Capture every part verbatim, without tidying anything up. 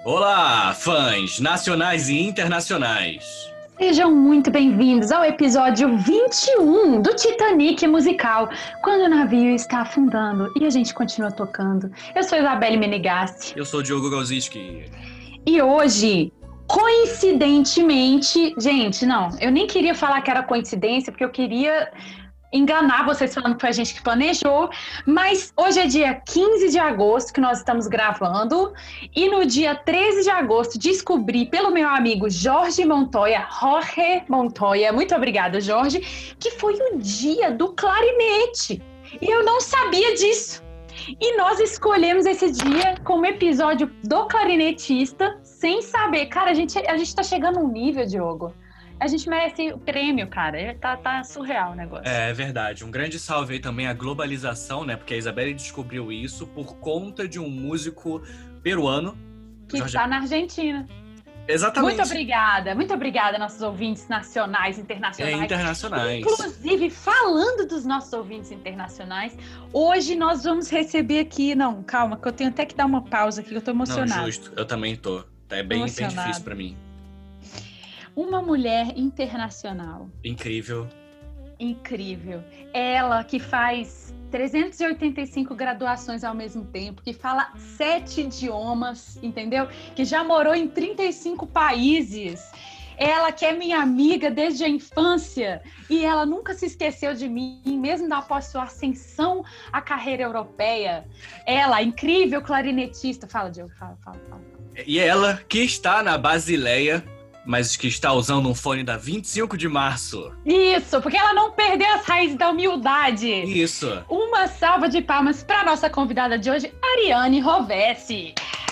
Olá, fãs nacionais e internacionais. Sejam muito bem-vindos ao episódio vinte e um do Titanic musical, quando o navio está afundando e a gente continua tocando. Eu sou Isabelle Menegassi. Eu sou o Diogo Gauzinski. E hoje, coincidentemente, gente, não, eu nem queria falar que era coincidência, porque eu queria enganar vocês falando que foi a gente que planejou, mas hoje é dia quinze de agosto que nós estamos gravando e no dia treze de agosto descobri pelo meu amigo Jorge Montoya, Jorge Montoya, muito obrigada Jorge, que foi o dia do clarinete e eu não sabia disso. E nós escolhemos esse dia como episódio do clarinetista sem saber. Cara, a gente, a gente tá chegando num nível, Diogo. A gente merece o prêmio, cara. Tá, tá surreal o negócio. É, é verdade. Um grande salve aí também à globalização, né? Porque a Isabelle descobriu isso por conta de um músico peruano. Que Jorge... está na Argentina. Exatamente. Muito obrigada. Muito obrigada, nossos ouvintes nacionais e internacionais. É, internacionais. Inclusive, falando dos nossos ouvintes internacionais, hoje nós vamos receber aqui... Não, calma, que eu tenho até que dar uma pausa aqui, que eu tô emocionada. Não, justo. Eu também tô. É bem, bem difícil pra mim. Uma mulher internacional. Incrível. Incrível. Ela que faz trezentas e oitenta e cinco graduações ao mesmo tempo, que fala sete idiomas, entendeu? Que já morou em trinta e cinco países. Ela que é minha amiga desde a infância e ela nunca se esqueceu de mim, mesmo após sua ascensão à carreira europeia. Ela, incrível clarinetista. Fala, Diogo, fala, fala, fala. E ela que está na Basileia, mas que está usando um fone da vinte e cinco de março. Isso, porque ela não perdeu as raízes da humildade. Isso. Uma salva de palmas para nossa convidada de hoje, Ariane Rovessi.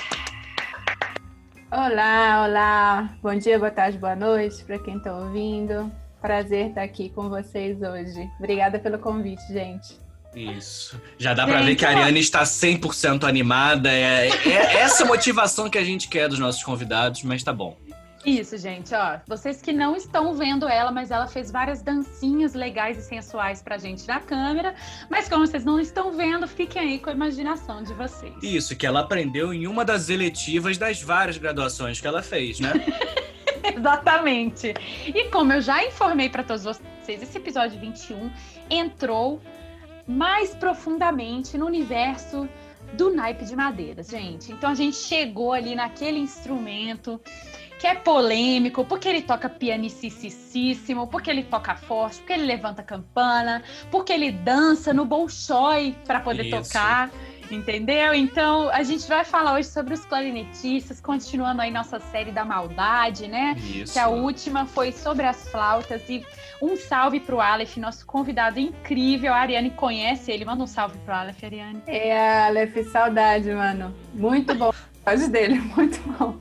Olá, olá. Bom dia, boa tarde, boa noite para quem está ouvindo. Prazer estar aqui com vocês hoje. Obrigada pelo convite, gente. Isso. Já dá pra ver que a Ariane está cem por cento animada. É, é essa motivação que a gente quer dos nossos convidados, mas tá bom. Isso, gente, ó. Vocês que não estão vendo ela, mas ela fez várias dancinhas legais e sensuais pra gente na câmera. Mas como vocês não estão vendo, fiquem aí com a imaginação de vocês. Isso, que ela aprendeu em uma das eletivas das várias graduações que ela fez, né? Exatamente. E como eu já informei pra todos vocês, esse episódio vinte e um entrou mais profundamente no universo do naipe de madeiras, gente. Então a gente chegou ali naquele instrumento que é polêmico, porque ele toca pianicíssimo, porque ele toca forte, porque ele levanta a campana, porque ele dança no Bolshoi para poder Isso. tocar, entendeu? Então, a gente vai falar hoje sobre os clarinetistas, continuando aí nossa série da maldade, né? Isso. Que a última foi sobre as flautas. E um salve pro Aleph, nosso convidado incrível. A Ariane conhece ele. Manda um salve pro Aleph, Ariane. É, Aleph, saudade, mano. Muito bom. Saudade dele, muito bom.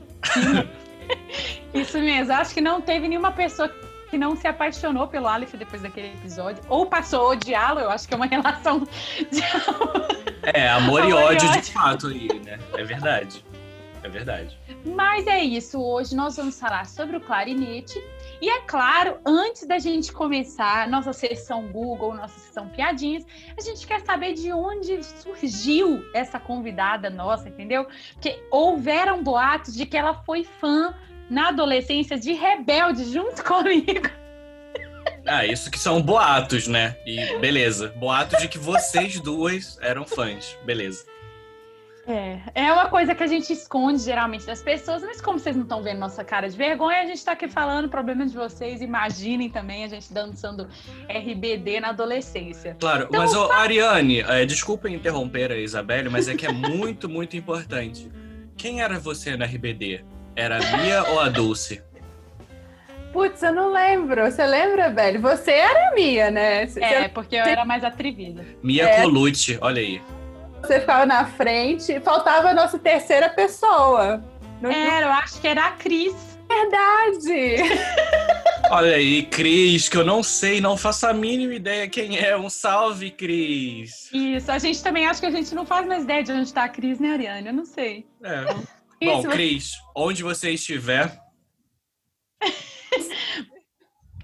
Isso mesmo, acho que não teve nenhuma pessoa que não se apaixonou pelo Aleph depois daquele episódio, ou passou a odiá-lo. Eu acho que é uma relação de amor. É, amor, amor e ódio, ódio de fato aí, né? É verdade, é verdade. Mas é isso, hoje nós vamos falar sobre o clarinete. E é claro, antes da gente começar nossa sessão Google, nossa sessão Piadinhas, a gente quer saber de onde surgiu essa convidada nossa, entendeu? Porque houveram boatos de que ela foi fã na adolescência de Rebelde junto comigo. Ah, isso que são boatos, né? E beleza, boatos de que vocês duas eram fãs, beleza. É, é uma coisa que a gente esconde geralmente das pessoas, mas como vocês não estão vendo nossa cara de vergonha, a gente tá aqui falando problemas de vocês. Imaginem também a gente dançando R B D na adolescência. Claro, então, mas, ô, Ariane, é, desculpa interromper a Isabelle, mas é que é muito, muito importante. Quem era você na R B D? Era a Mia ou a Dulce? Putz, eu não lembro. Você lembra, velho? Você era a Mia, né? Você... É, porque eu era mais atrevida. Mia é. Colucci, olha aí. Você ficava na frente, faltava a nossa terceira pessoa. Não... Era, eu acho que era a Cris. Verdade! Olha aí, Cris, que eu não sei, não faço a mínima ideia quem é. Um salve, Cris. Isso, a gente também acha que a gente não faz mais ideia de onde está a Cris, né, Ariane? Eu não sei. É. Bom, Cris, onde você estiver...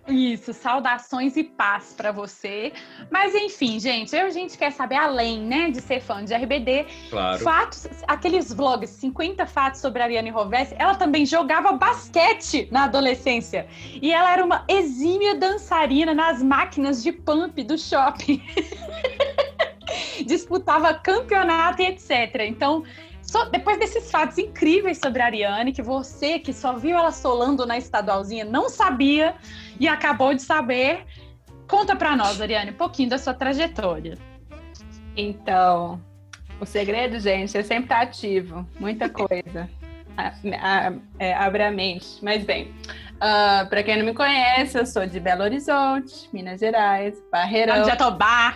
Isso, saudações e paz pra você. Mas enfim, gente, eu, a gente quer saber, além, né, de ser fã de R B D, Claro. fatos, aqueles vlogs, cinquenta fatos sobre a Ariane Rovessi, ela também jogava basquete na adolescência. E ela era uma exímia dançarina nas máquinas de pump do shopping. Disputava campeonato e etcétera. Então, só depois desses fatos incríveis sobre a Ariane, que você que só viu ela solando na estadualzinha não sabia e acabou de saber, conta pra nós, Ariane, um pouquinho da sua trajetória. Então, o segredo, gente, é sempre estar ativo. Muita coisa. a, a, é, abre a mente. Mas bem, uh, para quem não me conhece, eu sou de Belo Horizonte, Minas Gerais, Barreirão. Jatobá.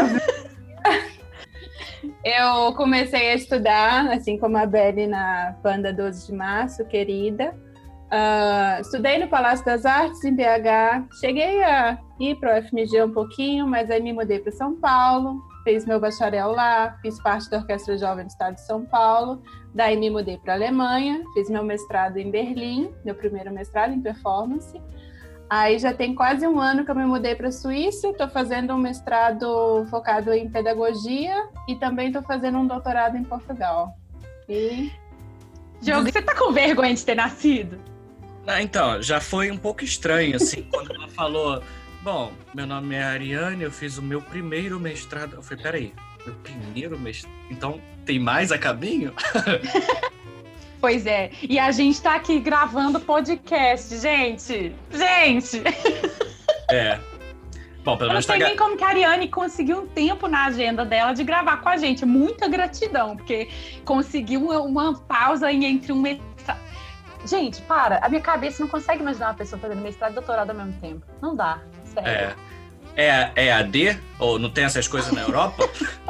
Eu comecei a estudar, assim como a Beli, na banda doze de março, querida. Uh, estudei no Palácio das Artes, em B H. Cheguei a ir para o F M G um pouquinho, mas aí me mudei para São Paulo. Fiz meu bacharel lá, fiz parte da Orquestra Jovem do Estado de São Paulo. Daí me mudei para a Alemanha, fiz meu mestrado em Berlim, meu primeiro mestrado em performance. Aí já tem quase um ano que eu me mudei para a Suíça, estou fazendo um mestrado focado em pedagogia e também estou fazendo um doutorado em Portugal. E... Diogo, você tá com vergonha de ter nascido? Ah, então, já foi um pouco estranho, assim, quando ela falou, bom, meu nome é Ariane, eu fiz o meu primeiro mestrado. Eu falei, peraí, meu primeiro mestrado? Então, tem mais a caminho? Pois é, e a gente tá aqui gravando podcast, gente! Gente! É. Bom, pelo Eu não menos tá... sei nem como que a Ariane conseguiu um tempo na agenda dela de gravar com a gente. Muita gratidão, porque conseguiu uma, uma pausa entre um mestrado. Gente, para, a minha cabeça não consegue imaginar uma pessoa fazendo mestrado e doutorado ao mesmo tempo. Não dá, sério. É, é, é A D? Ou não tem essas coisas na Europa?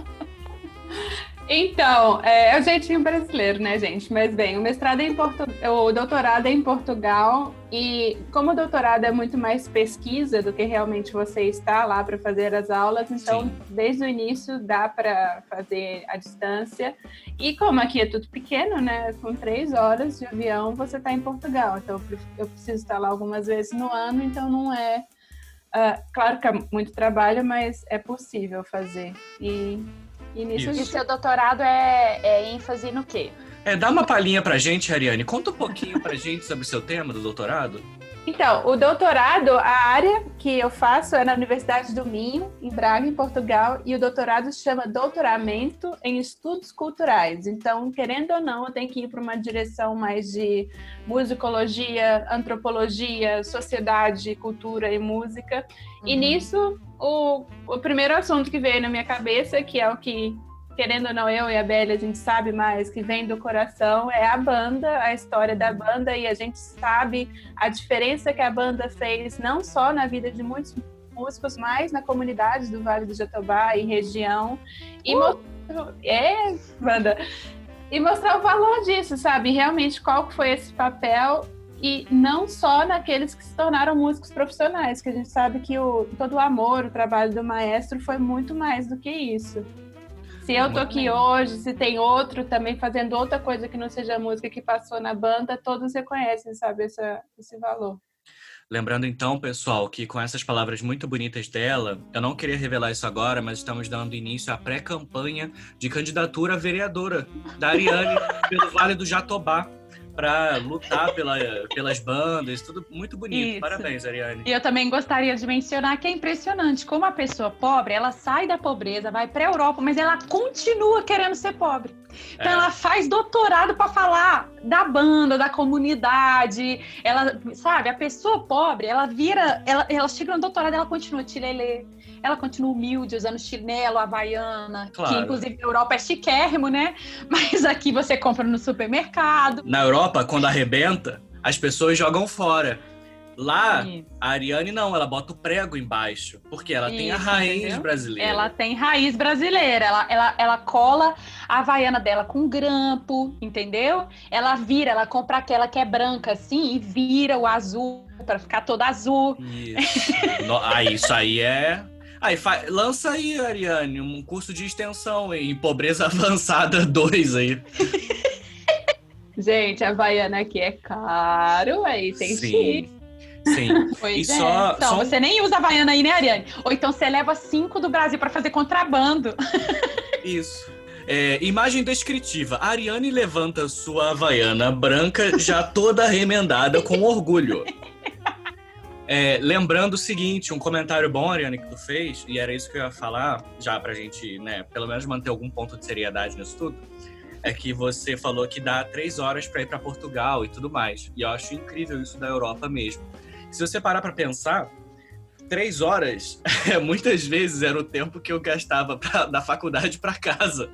Então, é, é o jeitinho brasileiro, né, gente? Mas bem, o mestrado é em Portu... o doutorado é em Portugal e como o doutorado é muito mais pesquisa do que realmente você está lá para fazer as aulas, então Sim. desde o início dá para fazer à distância. E como aqui é tudo pequeno, né, com três horas de avião você está em Portugal, então eu preciso estar lá algumas vezes no ano, então não é... Uh, claro que é muito trabalho, mas é possível fazer. E... E, nisso e o seu doutorado é, é ênfase no quê? É, dá uma palhinha pra gente, Ariane. Conta um pouquinho pra gente sobre o seu tema do doutorado. Então, o doutorado, a área que eu faço é na Universidade do Minho, em Braga, em Portugal, e o doutorado se chama Doutoramento em Estudos Culturais. Então, querendo ou não, eu tenho que ir para uma direção mais de musicologia, antropologia, sociedade, cultura e música. Uhum. E nisso, o, o primeiro assunto que veio na minha cabeça, que é o que, querendo ou não, eu e a Beli, a gente sabe mais, que vem do coração, é a banda, a história da banda, e a gente sabe a diferença que a banda fez, não só na vida de muitos músicos, mas na comunidade do Vale do Jatobá e região. E, uh! mostrar, é, banda, e mostrar o valor disso, sabe? Realmente qual foi esse papel, e não só naqueles que se tornaram músicos profissionais, que a gente sabe que o, todo o amor, o trabalho do maestro foi muito mais do que isso. Se eu tô aqui hoje, se tem outro também fazendo outra coisa que não seja música que passou na banda, todos reconhecem, sabe, essa, esse valor. Lembrando então, pessoal, que com essas palavras muito bonitas dela, eu não queria revelar isso agora, mas estamos dando início à pré-campanha de candidatura a vereadora da Ariane pelo Vale do Jatobá, para lutar pela, pelas bandas, tudo muito bonito. Isso. Parabéns, Ariane. E eu também gostaria de mencionar que é impressionante como a pessoa pobre, ela sai da pobreza, vai para a Europa, mas ela continua querendo ser pobre. Então é. ela faz doutorado para falar da banda, da comunidade. Ela, sabe, a pessoa pobre, ela vira, ela, ela chega no doutorado, ela continua tilelê, ela continua humilde, usando chinelo, havaiana, claro. Que inclusive na Europa é chiquérrimo, né? Mas aqui você compra no supermercado. Na Europa, quando arrebenta, as pessoas jogam fora. Lá, Isso. a Ariane não, ela bota o prego embaixo, porque ela Isso, tem a raiz entendeu? brasileira. Ela tem raiz brasileira, ela, ela, ela cola a havaiana dela com grampo, entendeu? Ela vira, ela compra aquela que é branca assim e vira o azul para ficar toda azul. Isso, no, ah, isso aí é... Aí, fa... lança aí, Ariane, um curso de extensão em pobreza avançada dois aí. Gente, a havaiana aqui é caro, aí tem Sim. Sim. Pois e é. só, Então, só um- você nem usa Havaiana aí, né, Ariane? Ou então você leva cinco do Brasil pra fazer contrabando. Isso. É, imagem descritiva. A Ariane levanta sua Havaiana branca já toda remendada com orgulho. É, lembrando o seguinte, um comentário bom, Ariane, que tu fez, e era isso que eu ia falar, já pra gente, né, pelo menos manter algum ponto de seriedade nisso tudo, é que você falou que dá três horas pra ir pra Portugal e tudo mais. E eu acho incrível isso da Europa mesmo. Se você parar pra pensar, três horas, muitas vezes era o tempo que eu gastava pra, da faculdade pra casa.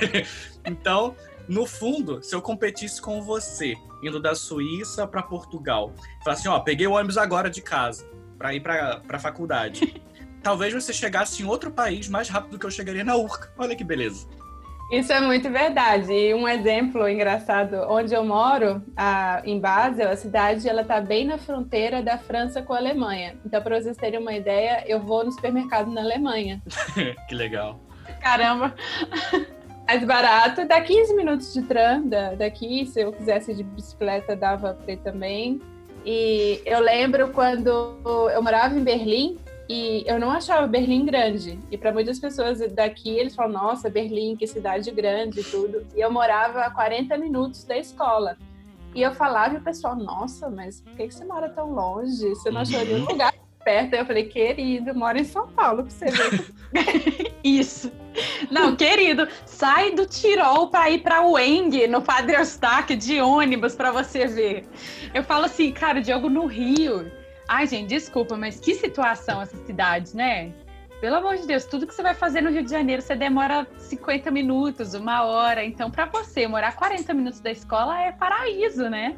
Então, no fundo, se eu competisse com você, indo da Suíça pra Portugal, falasse assim, ó, peguei o ônibus agora de casa pra ir pra, pra faculdade. Talvez você chegasse em outro país mais rápido do que eu chegaria na Urca. Olha que beleza. Isso é muito verdade. E um exemplo engraçado, onde eu moro, a, em Basel, a cidade ela está bem na fronteira da França com a Alemanha. Então, para vocês terem uma ideia, eu vou no supermercado na Alemanha. Que legal. Caramba. Mais barato, dá quinze minutos de tram da, daqui. Se eu quisesse ir de bicicleta, dava para ir também. E eu lembro quando eu morava em Berlim, e eu não achava Berlim grande. E para muitas pessoas daqui, eles falam, nossa, Berlim, que cidade grande e tudo. E eu morava a quarenta minutos da escola. E eu falava e o pessoal, nossa, mas por que você mora tão longe? Você não achou nenhum lugar perto? Aí eu falei, querido, moro em São Paulo, pra você ver. Isso. Não, querido, sai do Tirol para ir para Weng, no Padre Eustáquio, de ônibus, para você ver. Eu falo assim, cara, Diogo, no Rio... Ai, gente, desculpa, mas que situação essa cidade, né? Pelo amor de Deus, tudo que você vai fazer no Rio de Janeiro, você demora cinquenta minutos, uma hora. Então, para você, morar quarenta minutos da escola é paraíso, né?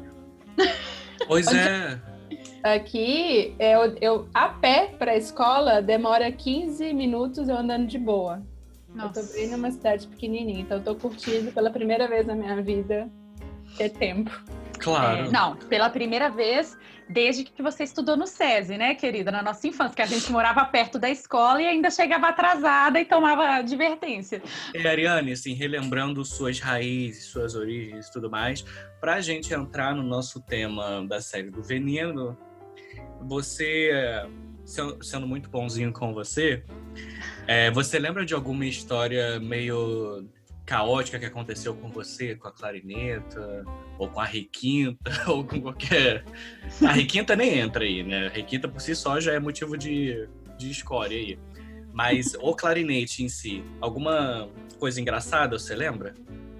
Pois é. Aqui, eu, eu a pé para a escola demora quinze minutos eu andando de boa. Nossa. Eu tô bem numa cidade pequenininha, então eu tô curtindo pela primeira vez na minha vida ter tempo. Claro. É, não, pela primeira vez desde que você estudou no SESI, né, querida? Na nossa infância, que a gente morava perto da escola e ainda chegava atrasada e tomava advertência. E Ariane, assim, relembrando suas raízes, suas origens e tudo mais, pra gente entrar no nosso tema da série do Veneno, você, sendo muito bonzinho com você, é, você lembra de alguma história meio caótica que aconteceu com você, com a clarineta, ou com a requinta, ou com qualquer... A requinta nem entra aí, né? A requinta por si só já é motivo de, de escória aí. Mas o clarinete em si, alguma coisa engraçada, você lembra?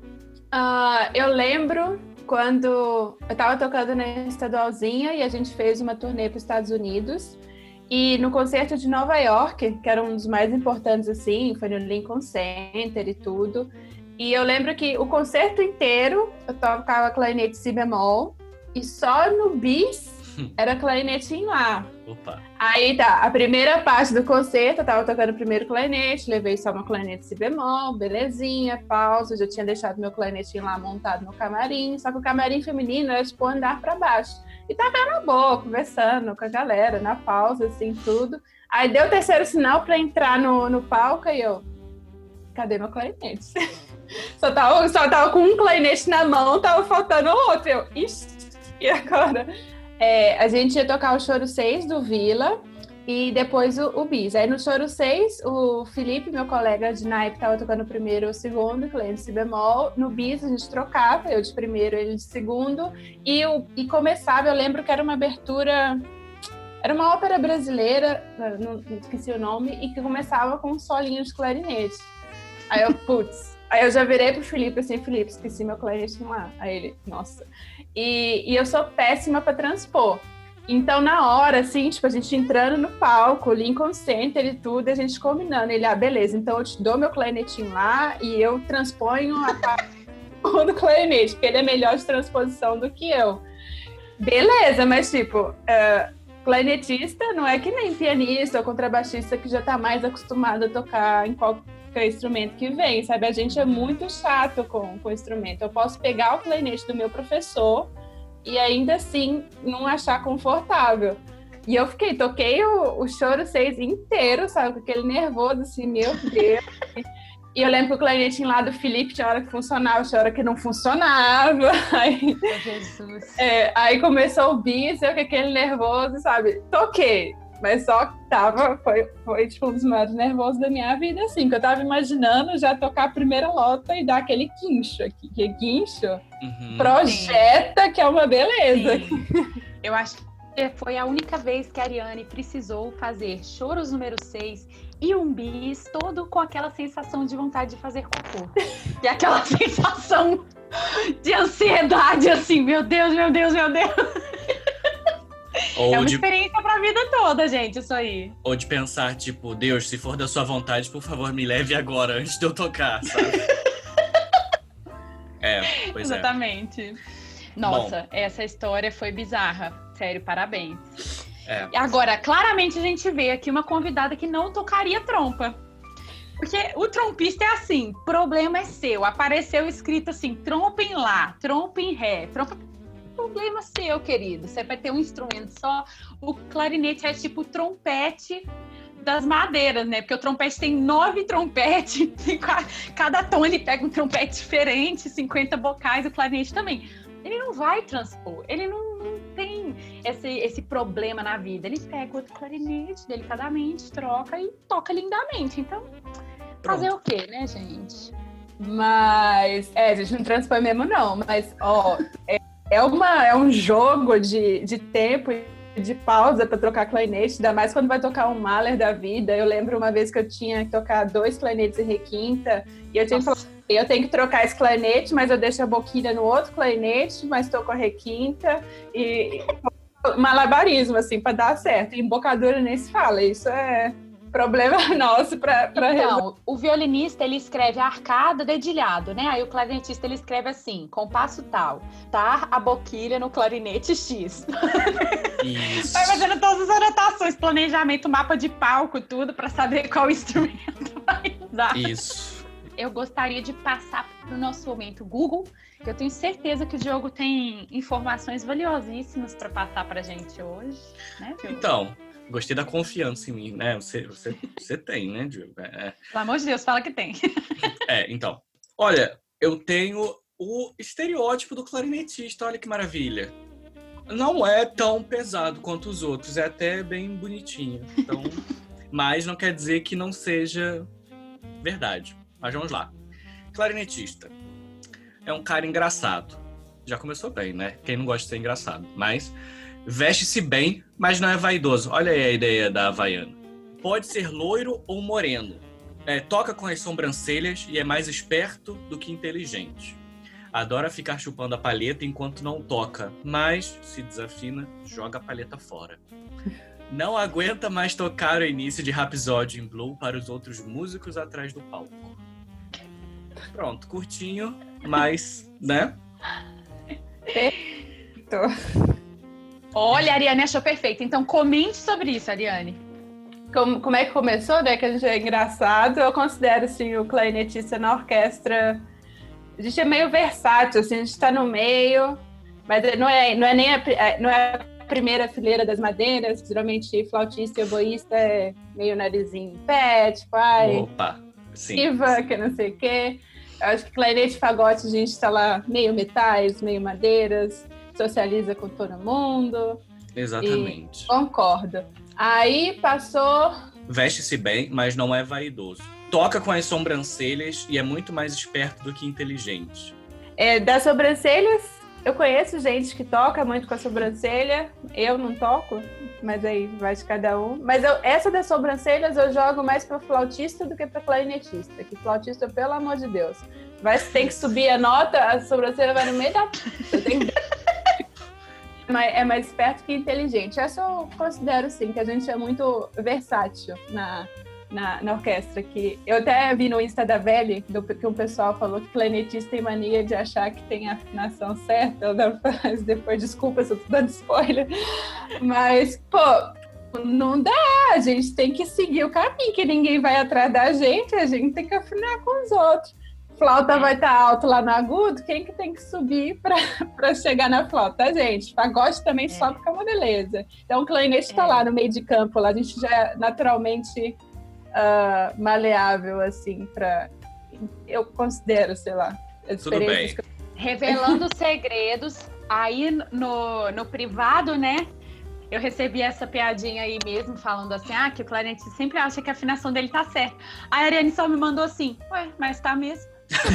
Uh, eu lembro quando eu tava tocando na Estadualzinha e a gente fez uma turnê para os Estados Unidos. E no concerto de Nova York, que era um dos mais importantes, assim, foi no Lincoln Center e tudo. E eu lembro que o concerto inteiro eu tocava clarinete si bemol e só no bis era clarinete em lá. Opa. Aí tá, a primeira parte do concerto eu tava tocando o primeiro clarinete, levei só uma clarinete si bemol, belezinha, pausa, já tinha deixado meu clarinete em lá montado no camarim, só que o camarim feminino era tipo andar pra baixo. E tava na boa, conversando com a galera, na pausa, assim, tudo. Aí deu o terceiro sinal pra entrar no, no palco e eu... Cadê meu clarinete? Só tava, só tava com um clarinete na mão, tava faltando outro. Eu, ixi, e agora? É, a gente ia tocar o Choro seis do Vila e depois o, o bis. Aí no Choro seis, o Felipe, meu colega de naipe, tava tocando o primeiro e o segundo, clarinete si bemol. No bis a gente trocava, eu de primeiro, ele de segundo. E, o, e começava, eu lembro que era uma abertura... Era uma ópera brasileira, não, não esqueci o nome, e que começava com um solinho de clarinete. Aí eu, putz... Aí eu já virei pro Felipe assim, Felipe, esqueci meu clarinete lá. Aí ele, nossa. E, e eu sou péssima pra transpor. Então, na hora, assim, tipo, a gente entrando no palco, Lincoln Center e tudo, a gente combinando. Ele, ah, beleza, então eu te dou meu clarinetinho lá e eu transponho a parte do clarinete, porque ele é melhor de transposição do que eu. Beleza, mas tipo, uh, clarinetista não é que nem pianista ou contrabaixista que já tá mais acostumado a tocar em qualquer instrumento que vem, sabe? A gente é muito chato com o instrumento. Eu posso pegar o clarinete do meu professor e ainda assim não achar confortável. E eu fiquei, toquei o, o Choro seis inteiro, sabe? Com aquele nervoso assim, meu Deus. E eu lembro que o clarinetinho lá do Felipe tinha hora que funcionava, tinha hora que não funcionava. Aí, Meu Jesus. é, aí começou o bis, eu com aquele nervoso, sabe? Toquei, mas só que tava, foi, foi tipo, um dos maiores nervosos da minha vida, assim, que eu tava imaginando já tocar a primeira nota e dar aquele guincho aqui, que guincho Uhum. projeta, que é uma beleza. Sim. Eu acho que foi a única vez que a Ariane precisou fazer choros número seis e um bis todo com aquela sensação de vontade de fazer cocô. E aquela sensação de ansiedade, assim, meu Deus, meu Deus, meu Deus. Ou É uma de, experiência pra vida toda, gente, isso aí. ou de pensar, tipo, Deus, se for da sua vontade, por favor, me leve agora, antes de eu tocar, sabe? É, pois é. Exatamente. Nossa, essa história foi bizarra. Sério, parabéns. É. Agora, claramente a gente vê aqui uma convidada que não tocaria trompa. Porque o trompista é assim, problema é seu. Apareceu escrito assim, trompa em lá, trompa em ré, trompa... Problema seu, querido. Você vai ter um instrumento só. O clarinete é tipo trompete das madeiras, né? Porque o trompete tem nove trompetes, cada tom ele pega um trompete diferente, cinquenta bocais, o clarinete também. Ele não vai transpor, ele não, não tem esse, esse problema na vida. Ele pega outro clarinete delicadamente, troca e toca lindamente. Então, fazer o quê, né, gente? Mas, é, a gente não transpõe mesmo não, mas, ó, é, é, uma, é um jogo de, de tempo e de pausa para trocar clarinete, ainda mais quando vai tocar um Mahler da vida. Eu lembro uma vez que eu tinha que tocar dois clarinetes em requinta, e eu tinha que falar, eu tenho que trocar esse clarinete, mas eu deixo a boquilha no outro clarinete, mas tô com a requinta, e malabarismo, assim, para dar certo. E embocadura nem se fala, isso é problema nosso para resolver. Então, o violinista, ele escreve arcada, dedilhado, né? Aí o clarinetista, ele escreve assim, compasso tal, tá a boquilha no clarinete X. Isso. Vai fazendo todas as anotações, planejamento, mapa de palco, tudo, para saber qual instrumento vai usar. Isso. Eu gostaria de passar para o nosso momento Google, que eu tenho certeza que o Diogo tem informações valiosíssimas para passar para a gente hoje, né, Diogo? Então, gostei da confiança em mim, né? Você, você, você tem, né, Diogo? É, Pelo amor de Deus, fala que tem. é, então. Olha, eu tenho o estereótipo do clarinetista, olha que maravilha. Não é tão pesado quanto os outros, é até bem bonitinho. Então, mas não quer dizer que não seja verdade. Mas vamos lá. Clarinetista é um cara engraçado. Já começou bem, né? Quem não gosta de ser engraçado. Mas veste-se bem, mas não é vaidoso. Olha aí a ideia da Havaiana. Pode ser loiro ou moreno. É, toca com as sobrancelhas e é mais esperto do que inteligente. Adora ficar chupando a palheta enquanto não toca, mas se desafina, joga a palheta fora. Não aguenta mais tocar o início de Rhapsody in Blue para os outros músicos atrás do palco. Pronto, curtinho, mas, né? Perfeito. Olha, a Ariane achou perfeito. Então, comente sobre isso, Ariane. Como, como é que começou, né? Que a gente é engraçado. Eu considero, assim, o clarinetista na orquestra... A gente é meio versátil, assim, a gente está no meio, mas não é, não é nem a, não é a primeira fileira das madeiras. Geralmente, flautista e oboísta é meio narizinho em pé, tipo, ai, Opa, sim. diva, que não sei o quê. Eu acho que clarinete e fagote a gente está lá meio metais, meio madeiras, socializa com todo mundo. Exatamente. Concordo. Aí passou... Veste-se bem, mas não é vaidoso. Toca com as sobrancelhas e é muito mais esperto do que inteligente. É, das sobrancelhas, eu conheço gente que toca muito com a sobrancelha. Eu não toco, mas aí vai de cada um. Mas eu, essa das sobrancelhas eu jogo mais para flautista do que para clarinetista. Que flautista, pelo amor de Deus, vai, tem que subir a nota, a sobrancelha vai no meio da... Tem que... É mais esperto que inteligente. Essa eu considero, sim, que a gente é muito versátil na... Na, na orquestra, que eu até vi no Insta da Velha, que um pessoal falou que clarinetista tem mania de achar que tem a afinação certa, mas depois, desculpa se eu tô dando spoiler, mas, pô, não dá, a gente tem que seguir o caminho, que ninguém vai atrás da gente, a gente tem que afinar com os outros. Flauta vai estar alto lá no agudo, quem que tem que subir para chegar na flauta? A gente. Pagode também sobe com uma beleza. Então o clarinete está lá no meio de campo, lá a gente já é naturalmente... Uh, maleável, assim, para eu considero, sei lá. As Tudo bem. Que eu... Revelando segredos, aí no, no privado, né? Eu recebi essa piadinha aí mesmo, falando assim, ah, que o clarinete sempre acha que a afinação dele tá certa. A Ariane só me mandou assim, ué, mas tá mesmo.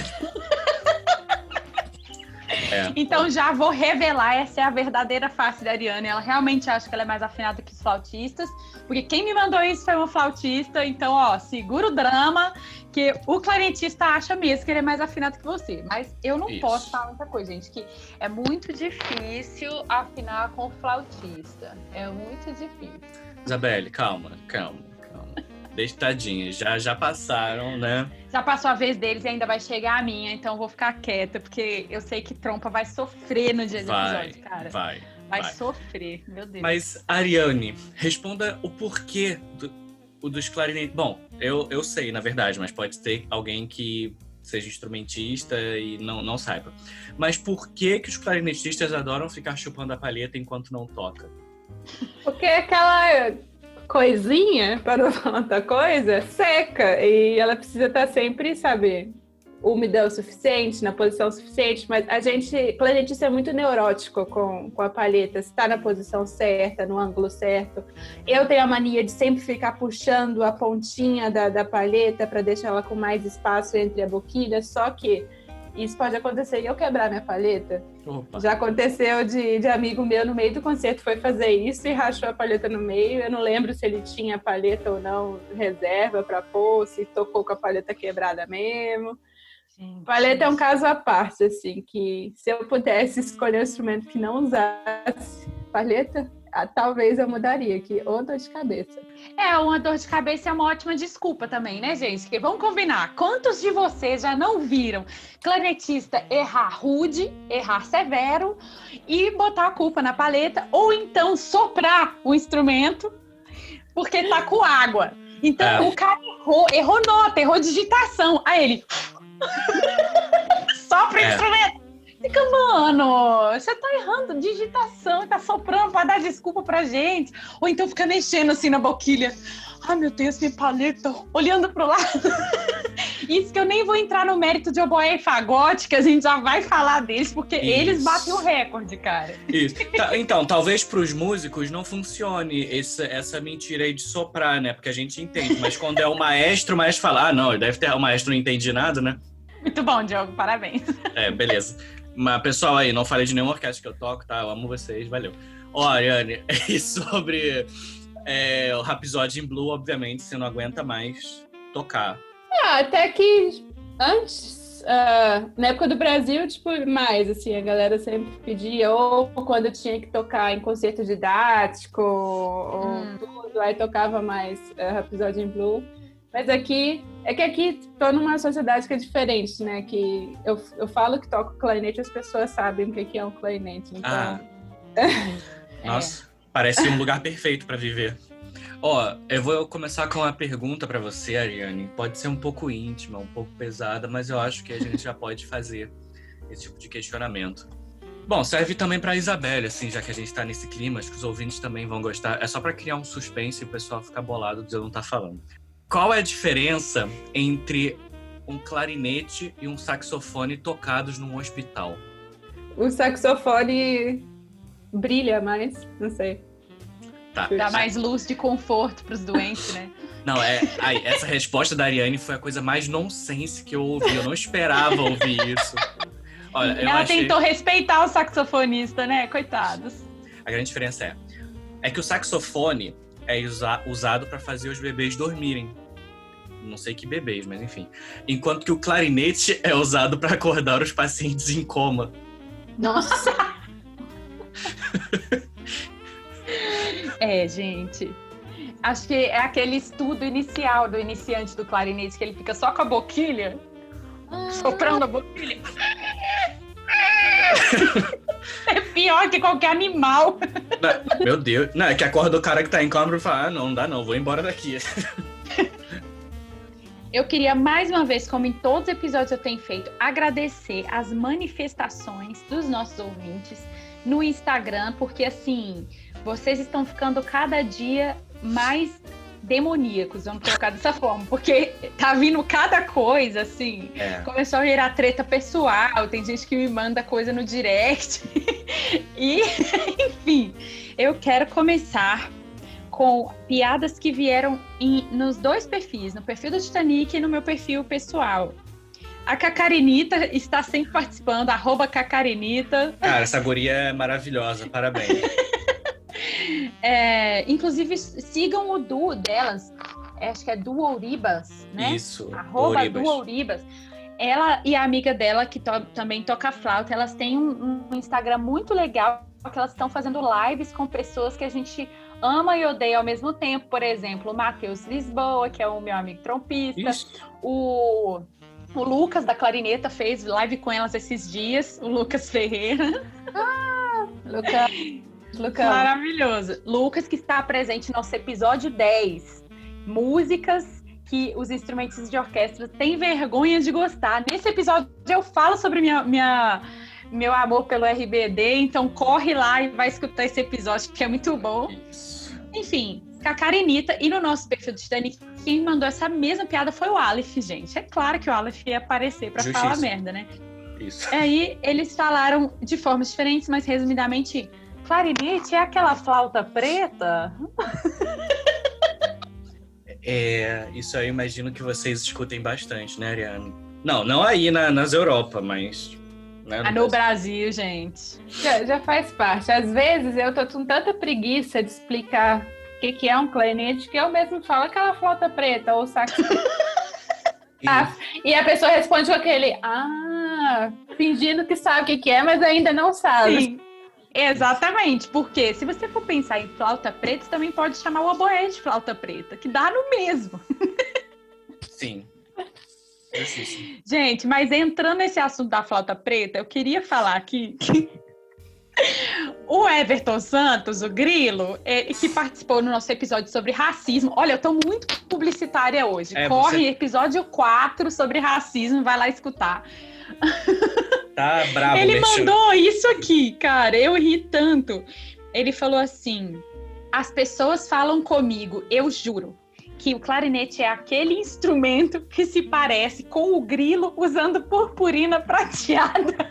É. Então já vou revelar, essa é a verdadeira face da Ariane. Ela realmente acha que ela é mais afinada que os flautistas, porque quem me mandou isso foi uma flautista. Então, ó, segura o drama, que o clarinetista acha mesmo que ele é mais afinado que você. Mas eu não isso. posso falar muita coisa, gente, que é muito difícil afinar com o flautista. É muito difícil. Isabelle, calma, calma, calma. Deixa tadinha, já, já passaram, né? Já passou a vez deles e ainda vai chegar a minha, então eu vou ficar quieta, porque eu sei que Trompa vai sofrer no dia do Vai, episódio, cara. vai, Vai vai. sofrer, meu Deus. Mas, Ariane, responda o porquê do, o dos clarinetes. Bom, eu, eu sei, na verdade, mas pode ter alguém que seja instrumentista e não, não saiba. Mas por que que os clarinetistas adoram ficar chupando a palheta enquanto não toca? Porque aquela coisinha, para não falar outra coisa, seca. E ela precisa estar sempre, sabe, úmida o suficiente, na posição suficiente. Mas a gente, clarinetista é muito neurótico com, com a palheta. Se está na posição certa, no ângulo certo. Eu tenho a mania de sempre ficar puxando a pontinha da, da palheta para deixar ela com mais espaço entre a boquilha. Só que isso pode acontecer e eu quebrar minha palheta. Opa. Já aconteceu de, de amigo meu no meio do concerto foi fazer isso e rachou a palheta no meio. Eu não lembro se ele tinha palheta ou não, reserva para pôr, se tocou com a palheta quebrada mesmo. Gente, palheta é um caso à parte, assim, que se eu pudesse escolher um instrumento que não usasse palheta, ah, talvez eu mudaria, que ou dor de cabeça. É, uma dor de cabeça é uma ótima desculpa também, né, gente? Porque vamos combinar, quantos de vocês já não viram clarinetista errar rude, errar severo e botar a culpa na palheta, ou então soprar o instrumento porque tá com água. Então, É. o cara errou, errou nota, errou digitação. Aí ele sopra o É. instrumento. Fica, mano, você tá errando digitação, tá soprando pra dar desculpa pra gente. Ou então fica mexendo assim na boquilha. Ai, meu Deus, minha palheta, olhando pro lado. Isso que eu nem vou entrar no mérito de oboé e fagote, que a gente já vai falar deles, porque Isso. eles batem o recorde, cara. Isso. Tá, então, talvez pros músicos não funcione esse, essa mentira aí de soprar, né? Porque a gente entende. Mas quando é o maestro, o maestro fala, ah, não, deve ter, o maestro não entende nada, né? Muito bom, Diogo, parabéns. É, beleza. Mas, pessoal, aí, não falei de nenhuma orquestra que eu toco, tá? Eu amo vocês, valeu. Ó, Ariane, e sobre é, o Rhapsody in Blue, obviamente, você não aguenta mais tocar. Ah, até que antes, uh, na época do Brasil, tipo, mais, assim, a galera sempre pedia, ou quando tinha que tocar em concerto didático, ou Hum. tudo, aí tocava mais uh, Rhapsody in Blue. Mas aqui, é que aqui tô numa sociedade que é diferente, né? Que eu, eu falo que toco clarinete, as pessoas sabem o que que é um clarinete. Então... Ah. É. Nossa, parece um lugar perfeito pra viver. Ó, eu vou começar com uma pergunta pra você, Ariane. Pode ser um pouco íntima, um pouco pesada, mas eu acho que a gente já pode fazer esse tipo de questionamento. Bom, serve também pra Isabelle, assim, já que a gente tá nesse clima, acho que os ouvintes também vão gostar. É só pra criar um suspense e o pessoal ficar bolado de eu não estar falando. Qual é a diferença entre um clarinete e um saxofone tocados num hospital? O saxofone brilha mais, não sei. Tá. Dá mais luz de conforto pros doentes, né? Não, é, ai, essa resposta da Ariane foi a coisa mais nonsense que eu ouvi. Eu não esperava ouvir isso. Olha, eu Ela achei... tentou respeitar o saxofonista, né? Coitados. A grande diferença é, é que o saxofone é usa- usado para fazer os bebês dormirem. Não sei que bebês, mas enfim. Enquanto que o clarinete é usado para acordar os pacientes em coma. Nossa! É, gente. Acho que é aquele estudo inicial do iniciante do clarinete, que ele fica só com a boquilha, soprando a boquilha. É pior que qualquer animal. Não, meu Deus. Não, é que acorda o cara que tá em coma e fala, ah, não, não dá não, vou embora daqui. Eu queria, mais uma vez, como em todos os episódios eu tenho feito, agradecer as manifestações dos nossos ouvintes no Instagram, porque, assim, vocês estão ficando cada dia mais demoníacos, vamos colocar dessa forma, porque tá vindo cada coisa, assim, É. começou a virar treta pessoal, tem gente que me manda coisa no direct, e, enfim, eu quero começar com piadas que vieram em, nos dois perfis, no perfil do Titanic e no meu perfil pessoal. A Cacarinita está sempre participando, arroba Cacarinita. Cara, essa guria é maravilhosa, parabéns. É, inclusive, sigam o duo delas, acho que é Duouribas, né? Isso, Arroba Ouribas. Duouribas. Ela e a amiga dela, que to- também toca flauta, elas têm um, um Instagram muito legal, que elas estão fazendo lives com pessoas que a gente ama e odeia ao mesmo tempo. Por exemplo, o Matheus Lisboa, que é o meu amigo trompista, Isso. o... O Lucas, da Clarineta, fez live com elas esses dias. O Lucas Ferreira. Lucas, Lucas. Maravilhoso. Lucas, que está presente no nosso episódio dez. Músicas que os instrumentistas de orquestra têm vergonha de gostar. Nesse episódio eu falo sobre minha, minha, meu amor pelo R B D, então corre lá e vai escutar esse episódio, que é muito bom. Isso. Enfim, Cacarinita. E no nosso perfil do Titanic, quem mandou essa mesma piada foi o Aleph, gente. É claro que o Aleph ia aparecer pra Justiça. falar merda, né? Isso. Aí eles falaram de formas diferentes, mas resumidamente, clarinete é aquela flauta preta? É, isso aí eu imagino que vocês escutem bastante, né, Ariane? Não, não aí na, nas Europa, mas... Né, Ah, no Brasil, gente. Já, já faz parte. Às vezes eu tô com tanta preguiça de explicar o que, que é um clarinete, que eu mesmo falo aquela flauta preta ou sax. Ah, e a pessoa responde com aquele, ah, fingindo que sabe o que, que é, mas ainda não sabe. Sim, exatamente. Porque se você for pensar em flauta preta, você também pode chamar o oboé de flauta preta, que dá no mesmo. Sim. Justíssimo. Gente, mas entrando nesse assunto da flauta preta, eu queria falar aqui que o Everton Santos, o Grilo, ele, que participou no nosso episódio sobre racismo. Olha, eu tô muito publicitária hoje. É, Corre, você- episódio quatro sobre racismo, vai lá escutar. Tá bravo, Ele Merchan. mandou isso aqui, cara, eu ri tanto. Ele falou assim: as pessoas falam comigo, eu juro, que o clarinete é aquele instrumento que se parece com o grilo usando purpurina prateada.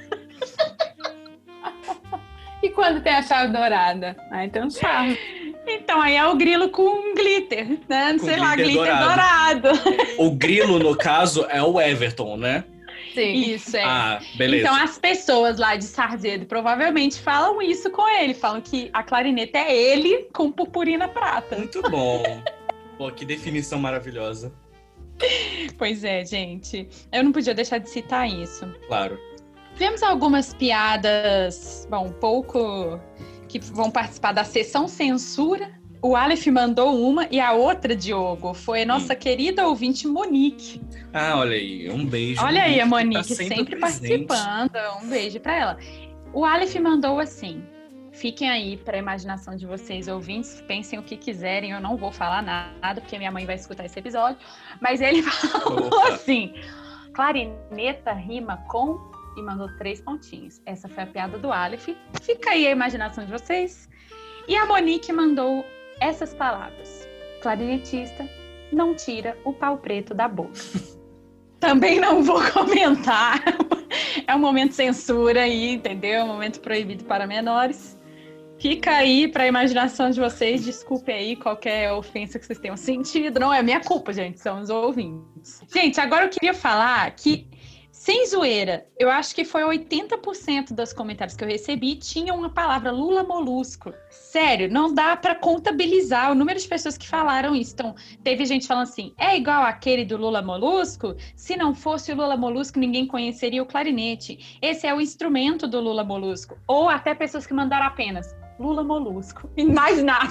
E quando tem a chave dourada? Aí tem um charme. Então, aí é o grilo com glitter, né? Com Sei lá, glitter glitter dourado. O grilo, no caso, é o Everton, né? Sim. Isso, é. Ah, beleza. Então, as pessoas lá de Sarzedo provavelmente falam isso com ele. Falam que a clarineta é ele com purpurina prata. Muito bom. Pô, que definição maravilhosa. Pois é, gente. Eu não podia deixar de citar isso. Claro. Tivemos algumas piadas, bom, um pouco que vão participar da sessão censura. O Aleph mandou uma e a outra, Diogo, foi a nossa Hum. querida ouvinte Monique. Ah, olha aí. Um beijo. Olha aí a que tá Monique sempre, presente. participando. Um beijo pra ela. O Aleph mandou assim: fiquem aí para a imaginação de vocês, ouvintes, pensem o que quiserem, eu não vou falar nada, porque minha mãe vai escutar esse episódio. Mas ele falou Opa. assim: clarineta rima com... e mandou três pontinhos. Essa foi a piada do Aleph. Fica aí a imaginação de vocês. E a Monique mandou essas palavras: clarinetista não tira o pau preto da boca. Também não vou comentar. É um momento censura aí, entendeu? É um momento proibido para menores. Fica aí para a imaginação de vocês. Desculpe aí qualquer ofensa que vocês tenham sentido. Não é minha culpa, gente. São os ouvintes. Gente, agora eu queria falar que, sem zoeira, eu acho que foi oitenta por cento dos comentários que eu recebi tinham uma palavra Lula molusco. Sério, não dá pra contabilizar o número de pessoas que falaram isso. Então, teve gente falando assim: é igual aquele do Lula molusco? Se não fosse o Lula molusco, ninguém conheceria o clarinete. Esse é o instrumento do Lula molusco. Ou até pessoas que mandaram apenas Lula molusco e mais nada.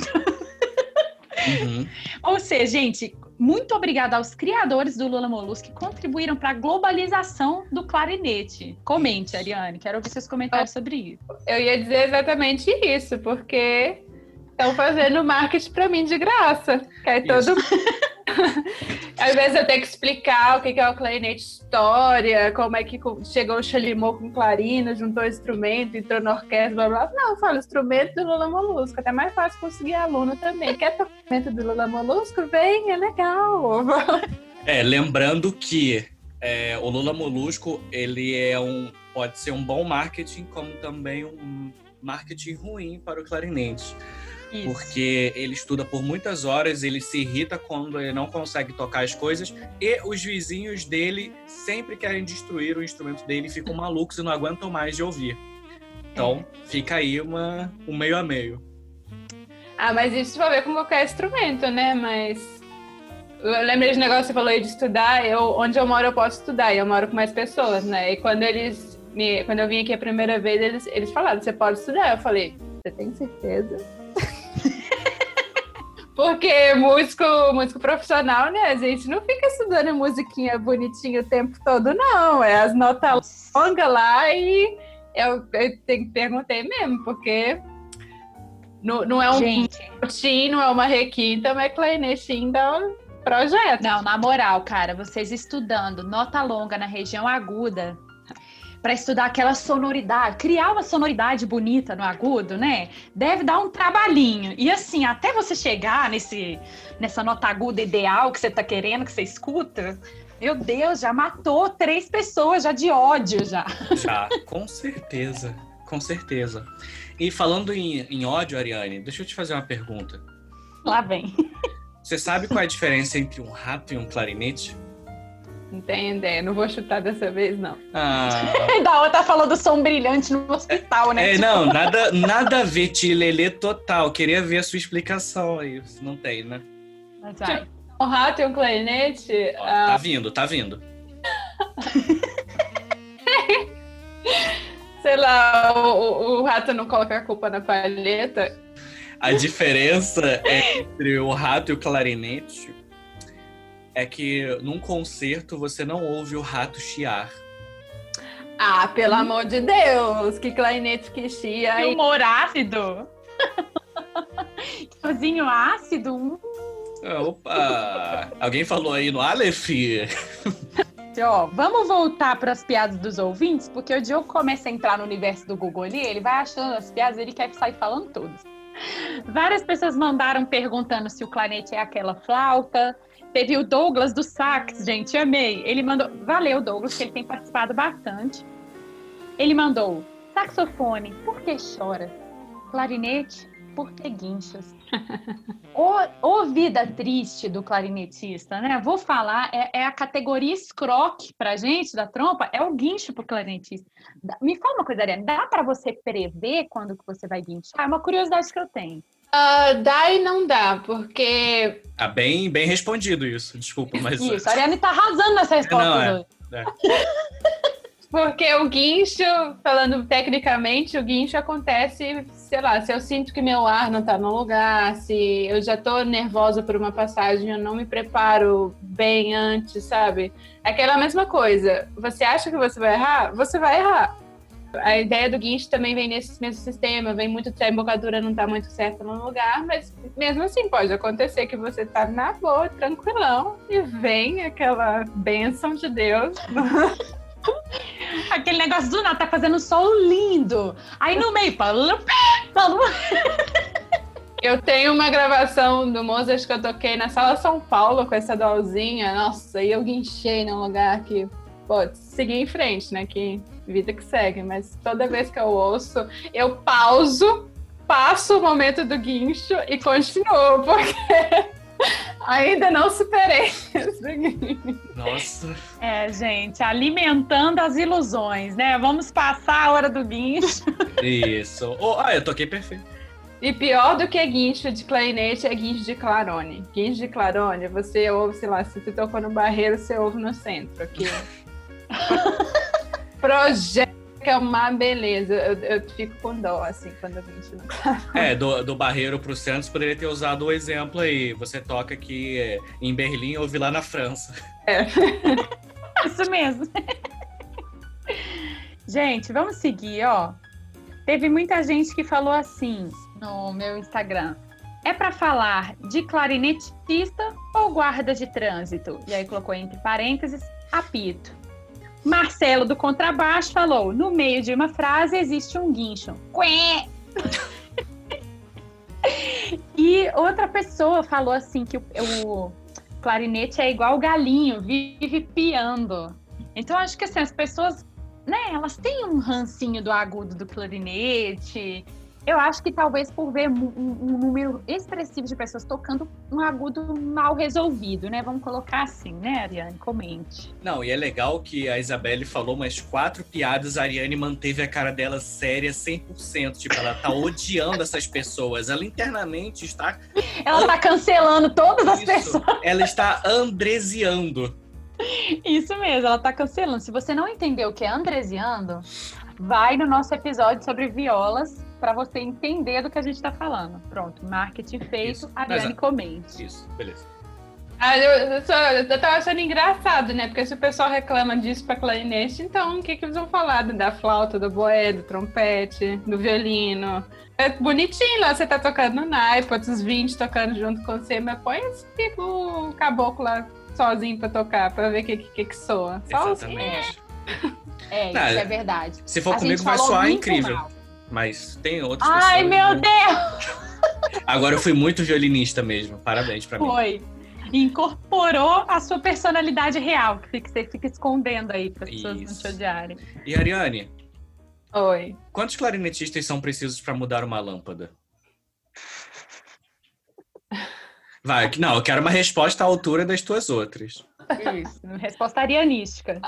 Uhum. Ou seja, gente, muito obrigada aos criadores do Lula Molusco que contribuíram para a globalização do clarinete. Comente, Ariane, quero ouvir seus comentários sobre isso. Eu ia dizer exatamente isso, porque estão fazendo marketing para mim de graça. Que aí todo, Ao invés de eu ter que explicar o que é o clarinete história, como é que chegou o Chalimot com clarina, juntou o instrumento, entrou na orquestra, blá blá. Não, eu falo instrumento do Lula Molusco. Até mais fácil conseguir aluno também. Quer tocar o instrumento do Lula Molusco? Vem, é legal. É, lembrando que é, o Lula Molusco, ele é um, pode ser um bom marketing, como também um marketing ruim para o clarinete. Isso. Porque ele estuda por muitas horas, ele se irrita quando ele não consegue tocar as coisas e os vizinhos dele sempre querem destruir o instrumento dele e ficam malucos e não aguentam mais de ouvir. Então, é. fica aí uma, um meio a meio. Ah, mas isso vai ver com qualquer instrumento, né? Mas eu lembrei de negócio que você falou aí de estudar. Eu, onde eu moro, eu posso estudar e eu moro com mais pessoas, né? E quando eles me, quando eu vim aqui a primeira vez, eles, eles falaram, você pode estudar? Eu falei, você tem certeza? Porque músico, músico profissional, né? A gente não fica estudando musiquinha bonitinha o tempo todo, não. É as notas longas lá e eu, eu tenho, perguntei mesmo, porque não, não é um tim, não é uma requinta, mas clarinetinho dá um projeto. Não, na moral, cara, vocês estudando nota longa na região aguda, para estudar aquela sonoridade, criar uma sonoridade bonita no agudo, né? Deve dar um trabalhinho. E assim, até você chegar nesse, nessa nota aguda ideal que você tá querendo, que você escuta, meu Deus, já matou três pessoas já de ódio, já. Já, com certeza, com certeza. E falando em, em ódio, Ariane, deixa eu te fazer uma pergunta. Lá vem. Você sabe qual é a diferença entre um rato e um clarinete? Não tenho ideia, não vou chutar dessa vez, não. Ah. Da outra falou do som brilhante no hospital, né? É, tipo... não, nada, nada a ver, Tilelê total. Queria ver a sua explicação aí. Não tem, né? Mas vai. Tipo, um rato e um clarinete... Ó, ah... Tá vindo, tá vindo. Sei lá, o, o rato não coloca a culpa na palheta. A diferença entre o rato e o clarinete é que num concerto você não ouve o rato chiar. Ah, pelo amor de Deus! Que clarinete que chia. Que humor ácido! Sozinho ácido? Hum. Opa! Alguém falou aí no Aleph? Ó, vamos voltar para as piadas dos ouvintes, porque o Diogo começa a entrar no universo do Google ali, ele vai achando as piadas, ele quer sair falando todas. Várias pessoas mandaram perguntando se o clarinete é aquela flauta. Teve o Douglas do sax, gente, amei. Ele mandou, valeu Douglas, que ele tem participado bastante. Ele mandou, saxofone, por que chora? Clarinete, por que guinchas? o, o vida triste do clarinetista, né? Vou falar, é, é a categoria escroque pra gente, da trompa, é o guincho pro clarinetista. Me fala uma coisa, Ariane, dá pra você prever quando que você vai guinchar? É uma curiosidade que eu tenho. Uh, dá e não dá, porque... Ah, bem, bem respondido isso, desculpa, mas... Isso, a Ariane tá arrasando nessa resposta. Não, é, é. Porque o guincho, falando tecnicamente, o guincho acontece, sei lá, se eu sinto que meu ar não tá no lugar, se eu já tô nervosa por uma passagem, eu não me preparo bem antes, sabe? É aquela mesma coisa, você acha que você vai errar? Você vai errar. A ideia do guincho também vem nesse mesmo sistema, vem muito, a embocadura não tá muito certa no lugar, mas mesmo assim pode acontecer que você tá na boa, tranquilão, e vem aquela bênção de Deus. Aquele negócio do nada, tá fazendo um sol lindo. Aí no meio, eu tenho uma gravação do Mozart que eu toquei na Sala São Paulo com essa dolzinha. Nossa, e eu guinchei num lugar que pode seguir em frente, né? Que vida que segue. Mas toda vez que eu ouço, eu pauso, passo o momento do guincho e continuo, porque ainda não superei isso. Nossa. É, gente, alimentando as ilusões, né? Vamos passar a hora do guincho. Isso. Oh, ah, eu toquei perfeito. E pior do que guincho de clarinete é guincho de clarone. Guincho de clarone, você ouve, sei lá, se você tocou no barreiro, você ouve no centro. Aqui. Projeto que é uma beleza. Eu, eu fico com dó, assim, quando eu guincho no clarone. É, do, do barreiro pro centro, poderia ter usado o exemplo aí. Você toca aqui em Berlim, ouve lá na França. É. Isso mesmo. Gente, vamos seguir, ó. Teve muita gente que falou assim no meu Instagram. é para falar de clarinetista ou guarda de trânsito? E aí colocou entre parênteses, apito. Marcelo, do contrabaixo, falou, no meio de uma frase existe um guincho. Quê? E outra pessoa falou assim que o, o clarinete é igual o galinho, vive piando. Então, acho que assim, as pessoas, né, elas têm um rancinho do agudo do clarinete. Eu acho que talvez por ver um, um número expressivo de pessoas tocando um agudo mal resolvido, né? Vamos colocar assim, né, Ariane? Comente. Não, e é legal que a Isabelle falou umas quatro piadas, a Ariane manteve a cara dela séria cem por cento. Tipo, ela tá odiando essas pessoas. Ela internamente está... Ela tá cancelando todas as Isso. pessoas. Ela está andresiando. Isso mesmo, ela tá cancelando. Se você não entendeu o que é andresiando, vai no nosso episódio sobre violas para você entender do que a gente tá falando. Pronto, marketing feito, Isso. Ariane Mas, comente. Isso, beleza. Ah, eu, eu, só, eu tava achando engraçado, né? Porque se o pessoal reclama disso pra clarinete, então o que que eles vão falar? Da flauta, do boé, do trompete, do violino. É bonitinho lá, você tá tocando no naipe, outros vinte tocando junto com você, mas põe esse o caboclo lá sozinho pra tocar, pra ver o que, que que soa. Só Exatamente. É, Não, isso é verdade. Se for A comigo gente vai falou soar muito incrível. mal. Mas tem outras Ai, pessoas. meu né? Deus! Agora eu fui muito violinista mesmo. Parabéns pra mim. Foi. Incorporou a sua personalidade real, que você fica escondendo aí para as pessoas não te odiarem. E Ariane, Oi. quantos clarinetistas são precisos para mudar uma lâmpada? Vai, não, eu quero uma resposta à altura das tuas outras. Isso, resposta arianística.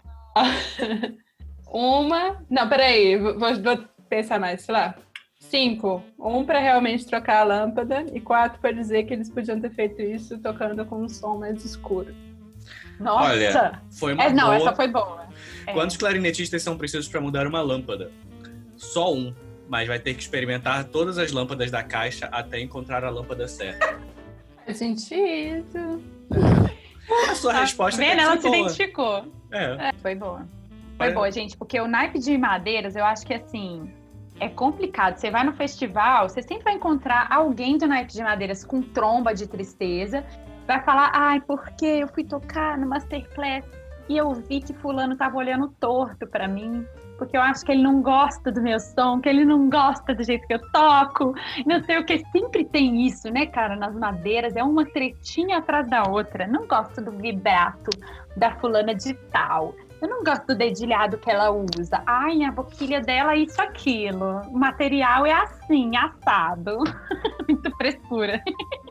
Uma... Não, peraí, vou, vou pensar mais, sei lá. Cinco. Um para realmente trocar a lâmpada e quatro para dizer que eles podiam ter feito isso tocando com um som mais escuro. Nossa! Olha, foi uma é, não, boa. essa foi boa. É. Quantos clarinetistas são precisos para mudar uma lâmpada? Só um, mas vai ter que experimentar todas as lâmpadas da caixa até encontrar a lâmpada certa. Faz sentido. A sua Tá resposta vendo? é Ela se boa. identificou. É. É, foi boa. Foi Olha- boa, gente, porque o naipe de madeiras, eu acho que assim, é complicado. Você vai no festival, você sempre vai encontrar alguém do naipe de madeiras com tromba de tristeza, vai falar, ai, porque eu fui tocar no Masterclass e eu vi que fulano tava olhando torto pra mim, porque eu acho que ele não gosta do meu som, que ele não gosta do jeito que eu toco, não sei o que. Sempre tem isso, né, cara, nas madeiras, é uma tretinha atrás da outra. Não gosto do vibrato da fulana de tal. Eu não gosto do dedilhado que ela usa. Ai, a boquilha dela é isso, aquilo. O material é assim, assado. Muito frescura.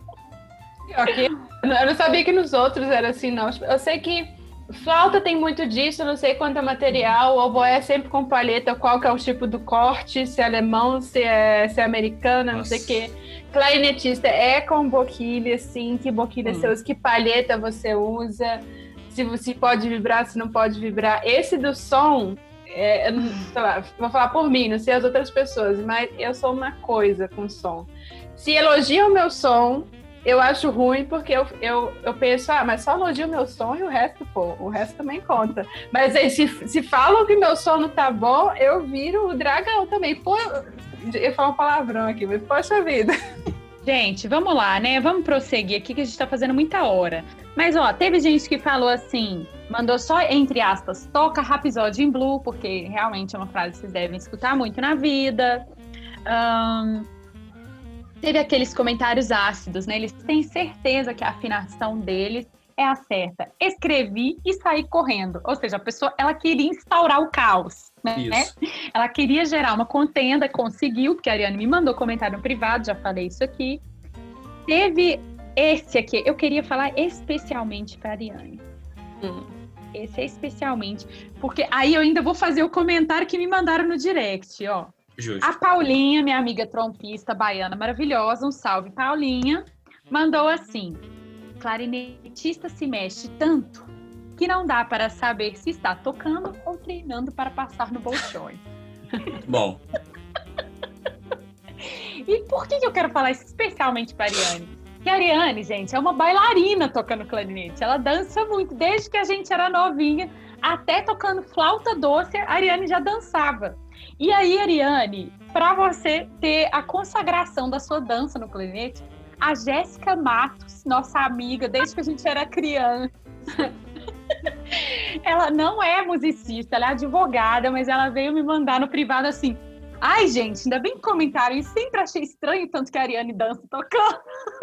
Ok. Eu não sabia que nos outros era assim, não. Eu sei que flauta tem muito disso, eu não sei quanto é material. O oboé é sempre com palheta, qual que é o tipo do corte, se é alemão, se é, se é americana, não sei o quê. Clarinetista é com boquilha, sim. Que boquilha Hum. você usa, que palheta você usa. Se você pode vibrar, se não pode vibrar. Esse do som, é, eu não- sei lá, vou falar por mim, não sei as outras pessoas, mas eu sou uma coisa com som. Se elogiam o meu som, eu acho ruim, porque eu, eu, eu penso, ah, mas só elogio o meu som e o resto, pô, o resto também conta. Mas aí, se, se falam que meu som não tá bom, eu viro o dragão também. Pô, eu, eu ia falar um palavrão aqui, mas poxa vida. Gente, vamos lá, né? Vamos prosseguir aqui que a gente tá fazendo muita hora. Mas, ó, teve gente que falou assim, mandou só, entre aspas, toca Rhapsody in Blue, porque realmente é uma frase que vocês devem escutar muito na vida. Ahn, teve aqueles comentários ácidos, né? Eles têm certeza que a afinação deles é a certa. Escrevi e saí correndo. Ou seja, a pessoa, ela queria instaurar o caos, né? Isso. Ela queria gerar uma contenda, conseguiu, porque a Ariane me mandou comentário no privado, já falei isso aqui. Teve esse aqui, eu queria falar especialmente para a Ariane. Hum. Esse é especialmente, porque aí eu ainda vou fazer o comentário que me mandaram no direct, ó. Justo. A Paulinha, minha amiga trompista baiana maravilhosa, um salve, Paulinha, mandou assim: clarinetista se mexe tanto que não dá para saber se está tocando ou treinando para passar no Bolshoi. Bom, E por que que eu quero falar isso especialmente para a Ariane? Que a Ariane, gente, é uma bailarina tocando clarinete. Ela dança muito, desde que a gente era novinha, até tocando flauta doce, a Ariane já dançava. E aí, Ariane, para você ter a consagração da sua dança no clarinete, A Jéssica Matos, nossa amiga, desde que a gente era criança. Ela não é musicista, ela é advogada, mas ela veio me mandar no privado assim: ai, gente, ainda bem que comentaram, e sempre achei estranho tanto que a Ariane dança tocando.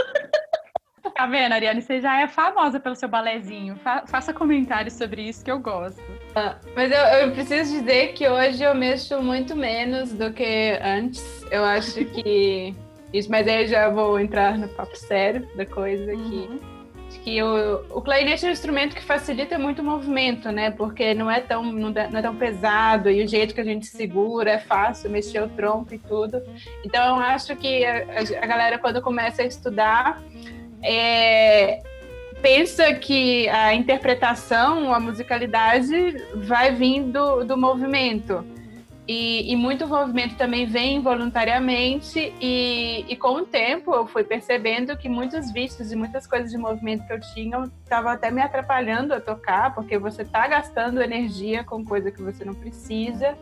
Tá vendo, Ariane? Você já é famosa pelo seu balézinho. Fa- faça comentários sobre isso que eu gosto. Ah, mas eu, eu preciso dizer que hoje eu mexo muito menos do que antes. Eu acho que isso, mas aí eu já vou entrar no papo sério da coisa aqui. Uhum. Acho que o, o clarinete é um instrumento que facilita muito o movimento, né? Porque não é tão, não é, não é tão pesado e o jeito que a gente segura é fácil, mexer o tronco e tudo. Então eu acho que a, a galera, quando começa a estudar, É, pensa que a interpretação, a musicalidade vai vir do, do movimento. E, e muito movimento também vem involuntariamente. E, e com o tempo eu fui percebendo que muitos vícios e muitas coisas de movimento que eu tinha estavam até me atrapalhando a tocar, porque você está gastando energia com coisa que você não precisa.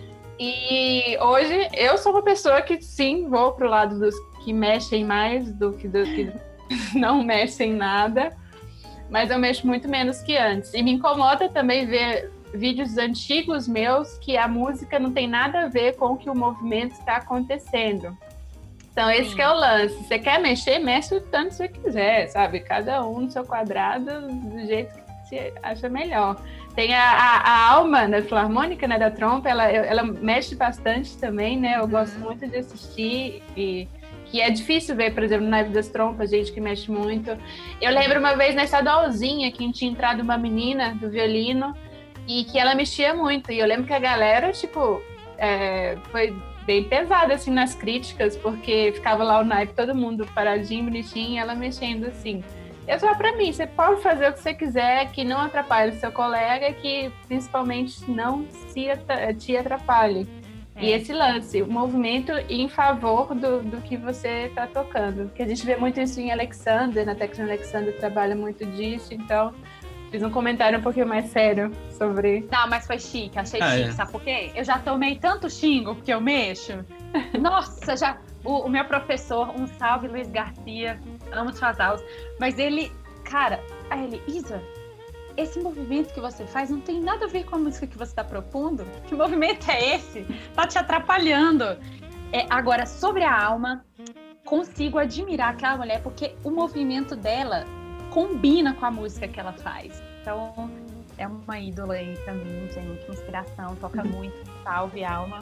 E hoje eu sou uma pessoa que sim, vou pro lado dos que mexem mais do que do que não mexem nada, mas eu mexo muito menos que antes. E me incomoda também ver vídeos antigos meus que a música não tem nada a ver com o que o movimento está acontecendo. Então esse que é o lance. Você quer mexer, mexe o tanto que você quiser, sabe? Cada um no seu quadrado, do jeito que você acha melhor. Tem a, a, a Alma da Filarmônica, né, da trompa, ela, ela mexe bastante também, né? Eu uhum. gosto muito de assistir e que é difícil ver, por exemplo, no Naipe das Trompas, gente que mexe muito. Eu lembro uma vez na estadualzinha que tinha entrado uma menina do violino e que ela mexia muito. E eu lembro que a galera, tipo, é, foi bem pesada, assim, nas críticas, porque ficava lá o naipe, todo mundo paradinho, bonitinho, e ela mexendo, assim. Eu só pra mim, você pode fazer o que você quiser, que não atrapalhe o seu colega, que principalmente não se at- te atrapalhe. É. E esse lance, o movimento em favor do, do que você está tocando. Porque a gente vê muito isso em Alexander, na Texas Alexander trabalha muito disso, então fiz um comentário um pouquinho mais sério sobre... Não, mas foi chique, achei ah, chique, é. Sabe por quê? Eu já tomei tanto xingo porque eu mexo. Nossa, já... O, o meu professor, um salve, Luiz Garcia, amo suas aulas, mas ele, cara, aí ele, Isa, esse movimento que você faz não tem nada a ver com a música que você está propondo. Que movimento é esse? Tá te atrapalhando. É, agora, sobre a Alma, consigo admirar aquela mulher porque o movimento dela combina com a música que ela faz. Então, é uma ídola aí também, gente. Inspiração, toca muito. Salve, Alma.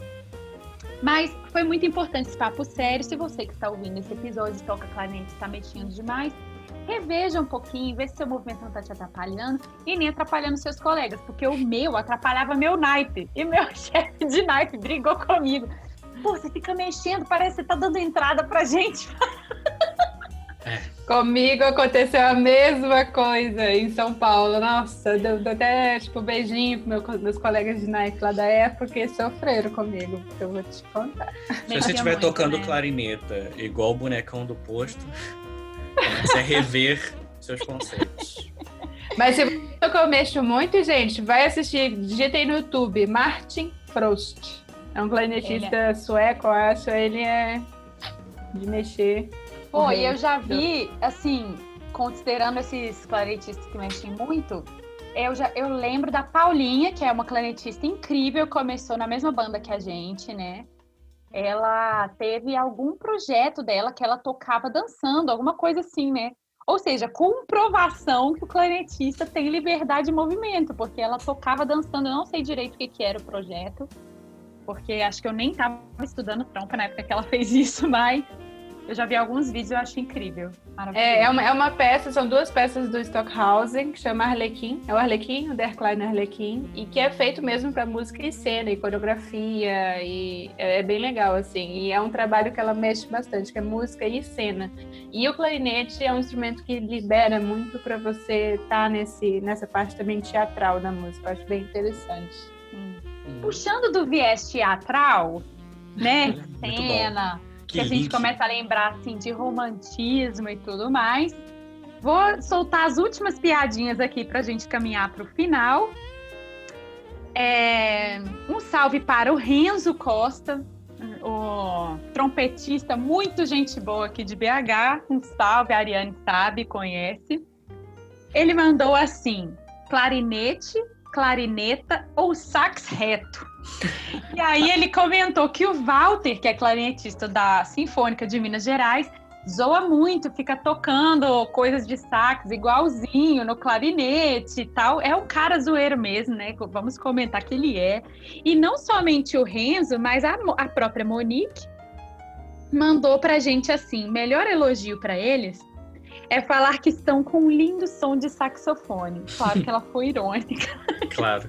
Mas foi muito importante esse papo sério. Se você que está ouvindo esse episódio toca clarinete, está mexendo demais, reveja um pouquinho, vê se seu movimento não está te atrapalhando e nem atrapalhando seus colegas, porque o meu atrapalhava meu naipe. E meu chefe de naipe brigou comigo. Pô, você fica mexendo, parece que você tá dando entrada pra gente. É. Comigo aconteceu a mesma coisa em São Paulo. Nossa, deu, deu até tipo beijinho para meu, meus colegas de naipe lá da época que sofreram comigo, porque eu vou te contar. Se você estiver tocando né? clarineta igual o bonecão do posto, comece a rever seus conceitos. Mas se você toca eu mexo muito, gente, vai assistir, digita aí no YouTube, Martin Frost. É um clarinetista é. sueco, eu acho, ele é de mexer. Pô, e eu já vi, assim, considerando esses clarinetistas que mexem muito, eu, já, eu lembro da Paulinha, que é uma clarinetista incrível, começou na mesma banda que a gente, né? Ela teve algum projeto dela que ela tocava dançando, alguma coisa assim, né? Ou seja, comprovação que o clarinetista tem liberdade de movimento, porque ela tocava dançando, eu não sei direito o que, que era o projeto, porque acho que eu nem estava estudando trompa na época que ela fez isso, mas eu já vi alguns vídeos e eu acho incrível. É, é, uma, é uma peça, são duas peças do Stockhausen, que chama Arlequim. É o Arlequim, o Der Kleine Arlequim, e que é feito mesmo para música e cena, e coreografia, e é, é bem legal, assim. E é um trabalho que ela mexe bastante, que é música e cena. E o clarinete é um instrumento que libera muito para você estar nesse, nessa parte também teatral da música. Eu acho bem interessante. Hum. Hum. Puxando do viés teatral, né? Cena... que a gente começa a lembrar assim, de romantismo e tudo mais. Vou soltar as últimas piadinhas aqui para a gente caminhar para o final. É... Um salve para o Renzo Costa, o trompetista muito gente boa aqui de B H. Um salve, a Ariane sabe, conhece. Ele mandou assim: clarinete, clarineta ou sax reto. E aí ele comentou que o Walter, que é clarinetista da Sinfônica de Minas Gerais, zoa muito, fica tocando coisas de sax igualzinho no clarinete e tal. É um cara zoeiro mesmo, né? Vamos comentar que ele é. E não somente o Renzo, mas a, a própria Monique mandou pra gente assim: melhor elogio pra eles é falar que estão com um lindo som de saxofone. Claro que ela foi irônica. Claro.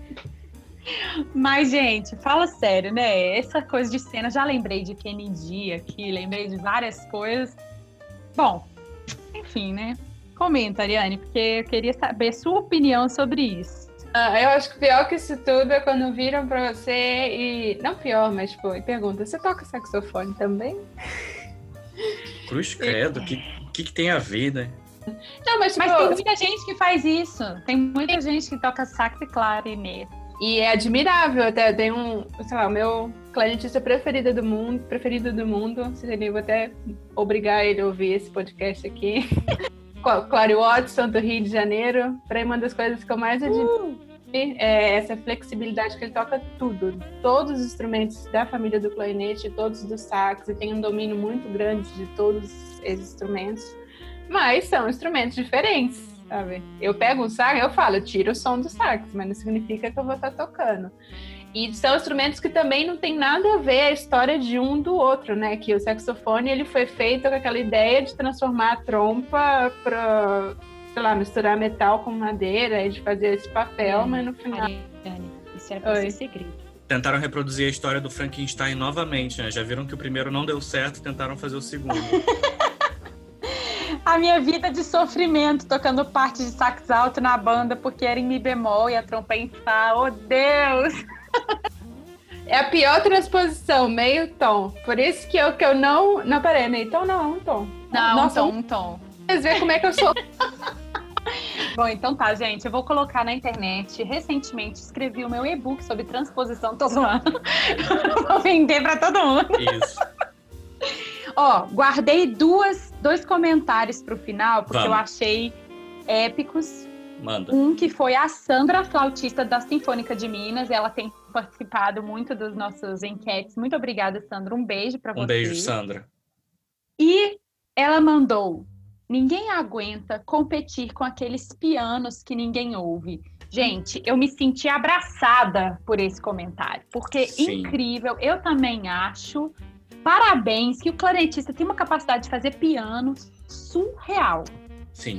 Mas, gente, fala sério, né? Essa coisa de cena, já lembrei de Kennedy aqui, lembrei de várias coisas. Bom, enfim, né? Comenta, Ariane, porque eu queria saber sua opinião sobre isso. Ah, eu acho que pior que isso tudo é quando viram pra você e... Não pior, mas, tipo, e pergunta, você toca saxofone também? Cruz credo, o que, que, que tem a ver, né? Não, mas, tipo, mas tem muita gente que faz isso. Tem muita gente que toca sax e clarinete. E é admirável, até tem um, sei lá, o meu clarinetista preferido do mundo, preferido do mundo, eu vou até obrigar ele a ouvir esse podcast aqui. Clary Watson, do Rio de Janeiro, para uma das coisas que eu mais admiro uh! é essa flexibilidade que ele toca tudo, todos os instrumentos da família do clarinete, todos do sax, e tem um domínio muito grande de todos esses instrumentos, mas são instrumentos diferentes. Sabe? Eu pego um sax, eu falo, eu tiro o som do sax, mas não significa que eu vou estar tocando. E são instrumentos que também não tem nada a ver a história de um do outro, né? Que o saxofone, ele foi feito com aquela ideia de transformar a trompa para, sei lá, misturar metal com madeira e de fazer esse papel, é, mas no final... Ariane, isso era pra ser segredo. Tentaram reproduzir a história do Frankenstein novamente, né? Já viram que o primeiro não deu certo, tentaram fazer o segundo. A minha vida de sofrimento, tocando parte de sax alto na banda, porque era em mi bemol e a trompa em fá. Oh, Deus! É a pior transposição, meio tom. Por isso que eu, que eu não... Não, peraí, meio tom não, um tom. Não, Nossa, um tom, um tom. Vocês veem como é que eu sou. Bom, então tá, gente. Eu vou colocar na internet. Recentemente escrevi o meu e-book sobre transposição. Tô zoando. Vou vender pra todo mundo. Isso. Ó, guardei duas, dois comentários pro final, porque Vamos. eu achei épicos. Manda. Um que foi a Sandra, flautista da Sinfônica de Minas. Ela tem participado muito dos nossos enquetes. Muito obrigada, Sandra. Um beijo pra você. Um beijo, Sandra. E ela mandou: ninguém aguenta competir com aqueles pianos que ninguém ouve. Gente, eu me senti abraçada por esse comentário, porque Sim. incrível. Eu também acho... Parabéns, que o clarinetista tem uma capacidade de fazer piano surreal. Sim.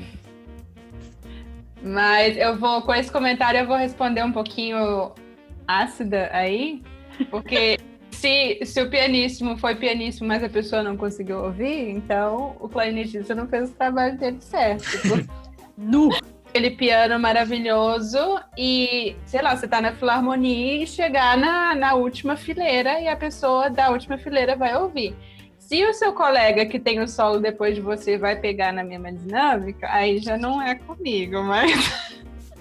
Mas eu vou, com esse comentário, eu vou responder um pouquinho ácida aí, porque se, se o pianíssimo foi pianíssimo, mas a pessoa não conseguiu ouvir, então o clarinetista não fez o trabalho dele certo. Nu! Aquele piano maravilhoso e, sei lá, você tá na filarmonia e chegar na, na última fileira e a pessoa da última fileira vai ouvir. Se o seu colega que tem o solo depois de você vai pegar na mesma dinâmica, aí já não é comigo, mas...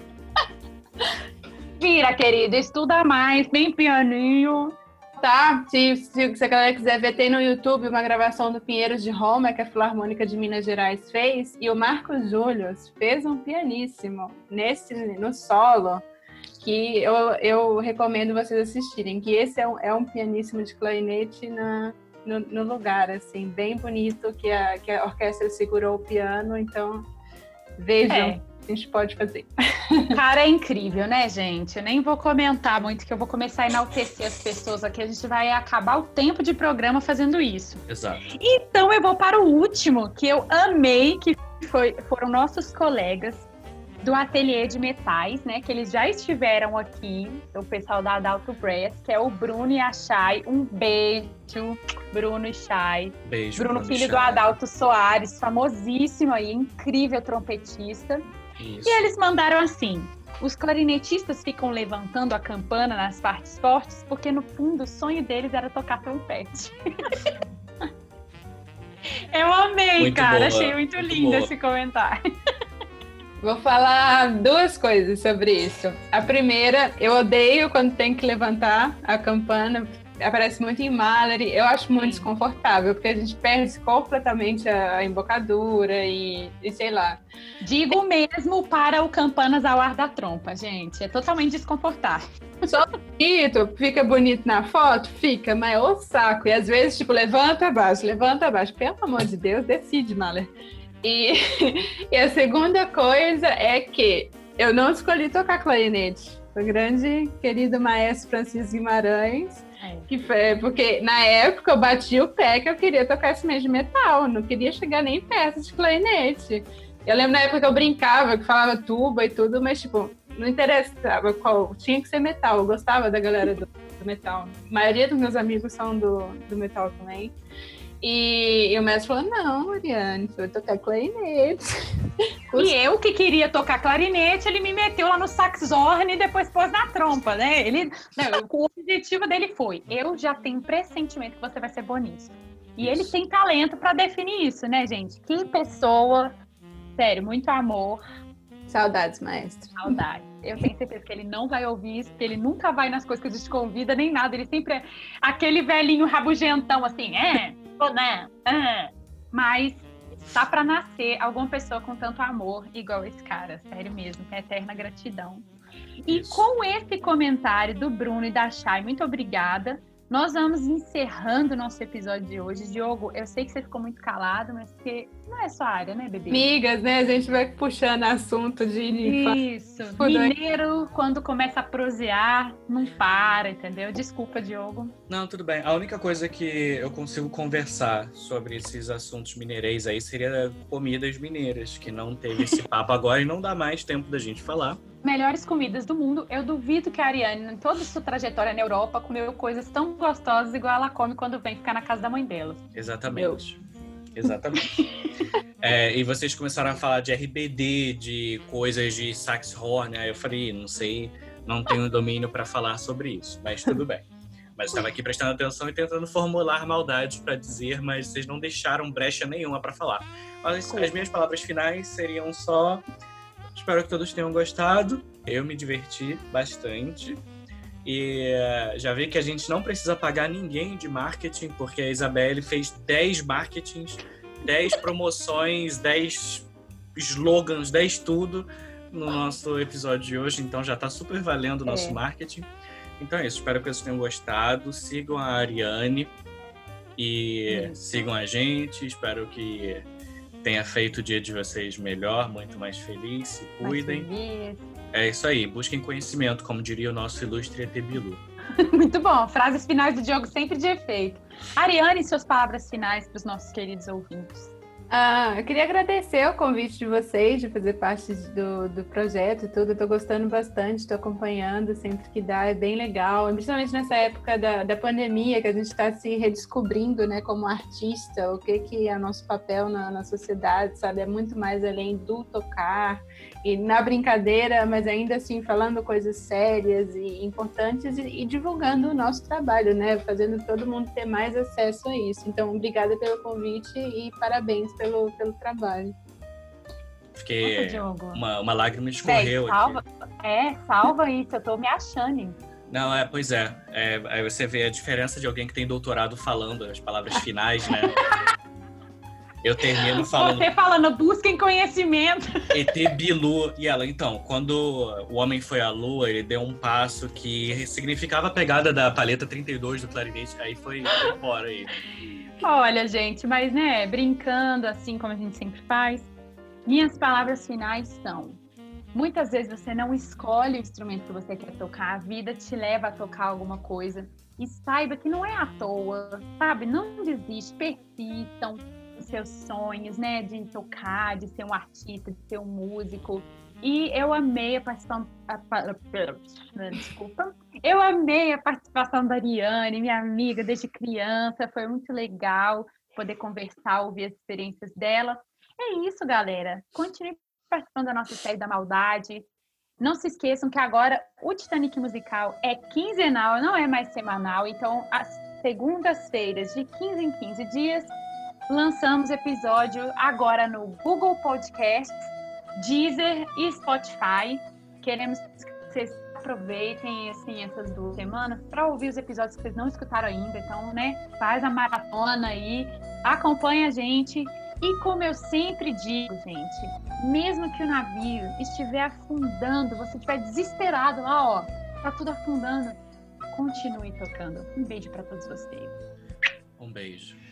Vira, querido, estuda mais, bem pianinho. Tá, se, se, se a galera quiser ver, tem no YouTube uma gravação do Pinheiros de Roma, que a Filarmônica de Minas Gerais fez, e o Marcos Júlio fez um pianíssimo nesse, no solo, que eu, eu recomendo vocês assistirem, que esse é um, é um pianíssimo de clarinete na, no, no lugar, assim, bem bonito, que a, que a orquestra segurou o piano, então vejam. É. A gente pode fazer. O cara é incrível, né, gente? Eu nem vou comentar muito, que eu vou começar a enaltecer as pessoas aqui. A gente vai acabar o tempo de programa fazendo isso. Exato. Então eu vou para o último, que eu amei, que foi, foram nossos colegas do Ateliê de Metais, né? Que eles já estiveram aqui, o pessoal da Adalto Brass, que é o Bruno e a Chay. Um beijo, Bruno e Chay. Beijo, Bruno, Bruno filho do Adalto Soares, famosíssimo aí, incrível trompetista. Isso. E eles mandaram assim: os clarinetistas ficam levantando a campana nas partes fortes porque, no fundo, o sonho deles era tocar trompete. Eu amei, muito cara. boa, Achei muito, muito lindo boa. Esse comentário. Vou falar duas coisas sobre isso. A primeira, eu odeio quando tem que levantar a campana aparece muito em Mallory. Eu acho muito desconfortável, porque a gente perde completamente a, a embocadura e, e sei lá. Digo mesmo para o Campanas ao ar da trompa, gente. É totalmente desconfortável. Só bonito, fica bonito na foto? Fica, mas é o saco. E às vezes, tipo, levanta abaixo, levanta abaixo. Pelo amor de Deus, decide, Mallory. E, e a segunda coisa é que eu não escolhi tocar clarinete. O grande, querido maestro Francisco Guimarães, é. que foi, porque na época eu bati o pé que eu queria tocar instrumento de metal, não queria chegar nem perto de clarinete. Eu lembro na época que eu brincava, que falava tuba e tudo, mas tipo, não interessava qual, tinha que ser metal, eu gostava da galera do, do metal. A maioria dos meus amigos são do, do metal também. E, e o mestre falou, não, Ariane, você vai tocar clarinete. E eu que queria tocar clarinete, ele me meteu lá no saxhorn e depois pôs na trompa, né? Ele, não, o objetivo dele foi, eu já tenho pressentimento que você vai ser bonito. E ele tem talento para definir isso, né, gente? Que pessoa, sério, muito amor. Saudades, maestro. Saudades. Eu tenho certeza que ele não vai ouvir isso, porque ele nunca vai nas coisas que a gente convida, nem nada. Ele sempre é aquele velhinho rabugentão, assim, é, ou não, é. Mas tá pra nascer alguma pessoa com tanto amor igual esse cara, sério mesmo, com eterna gratidão. E isso. Com esse comentário do Bruno e da Chay, muito obrigada. Nós vamos encerrando o nosso episódio de hoje. Diogo, eu sei que você ficou muito calado, mas porque não é sua área, né, bebê? Amigas, né? A gente vai puxando assunto de... Isso. Mineiro, quando começa a prosear, não para, entendeu? Desculpa, Diogo. Não, tudo bem. A única coisa que eu consigo conversar sobre esses assuntos mineirês aí seria comidas mineiras, que não teve esse papo agora e não dá mais tempo da gente falar. Melhores comidas do mundo. Eu duvido que a Ariane, em toda a sua trajetória na Europa, comeu coisas tão gostosas igual ela come quando vem ficar na casa da mãe dela. Exatamente. Eu. Exatamente. é, e vocês começaram a falar de R B D, de coisas de saxhorn. Aí eu falei, não sei, não tenho domínio para falar sobre isso, mas tudo bem. Mas estava aqui prestando atenção e tentando formular maldades para dizer, mas vocês não deixaram brecha nenhuma para falar. Mas as minhas palavras finais seriam só... Espero que todos tenham gostado. Eu me diverti bastante. E uh, já vi que a gente não precisa pagar ninguém de marketing, porque a Isabelle fez dez marketings, dez promoções, dez slogans, dez tudo no nosso episódio de hoje. Então já está super valendo o nosso é. marketing. Então é isso. Espero que vocês tenham gostado. Sigam a Ariane e é. sigam a gente. Espero que... tenha feito o dia de vocês melhor, muito mais feliz, se cuidem. Feliz. É isso aí, busquem conhecimento, como diria o nosso ilustre E T Bilu. Muito bom, frases finais do Diogo sempre de efeito. Ariane, suas palavras finais para os nossos queridos ouvintes. Ah, eu queria agradecer o convite de vocês, de fazer parte do, do projeto e tudo. Eu tô gostando bastante, estou acompanhando sempre que dá, é bem legal. Principalmente nessa época da, da pandemia, que a gente está se redescobrindo, né, como artista, o que, que é o nosso papel na, na sociedade, sabe? É muito mais além do tocar e na brincadeira, mas ainda assim falando coisas sérias e importantes e, e divulgando o nosso trabalho, né? Fazendo todo mundo ter mais acesso a isso. Então, obrigada pelo convite e parabéns Pelo, pelo trabalho. Fiquei... Uma, uma lágrima escorreu. É, salva, aqui. É, salva isso, eu tô me achando. Não, é, pois é, é. Aí você vê a diferença de alguém que tem doutorado falando as palavras finais, né? Eu termino falando... Você falando, busquem conhecimento. E T Bilu. E ela, então, quando o homem foi à lua, ele deu um passo que significava a pegada da paleta trinta e dois do clarinete. Aí foi embora aí. Olha, gente, mas, né, brincando assim como a gente sempre faz, minhas palavras finais são: muitas vezes você não escolhe o instrumento que você quer tocar, a vida te leva a tocar alguma coisa, e saiba que não é à toa, sabe? Não desiste, persistam os seus sonhos, né, de tocar, de ser um artista, de ser um músico. E eu amei a participação... A, a, desculpa. Eu amei a participação da Ariane, minha amiga desde criança. Foi muito legal poder conversar, ouvir as experiências dela. É isso, galera. Continue participando da nossa série da maldade. Não se esqueçam que agora o Titanic Musical é quinzenal, não é mais semanal. Então, às segundas-feiras, de quinze em quinze dias, lançamos episódio agora no Google Podcasts, Deezer e Spotify. Queremos que vocês aproveitem, assim, essas duas semanas para ouvir os episódios que vocês não escutaram ainda. Então, né, faz a maratona aí, acompanha a gente. E como eu sempre digo, gente, mesmo que o navio estiver afundando, você estiver desesperado lá, ó, tá tudo afundando, continue tocando. Um beijo para todos vocês. Um beijo.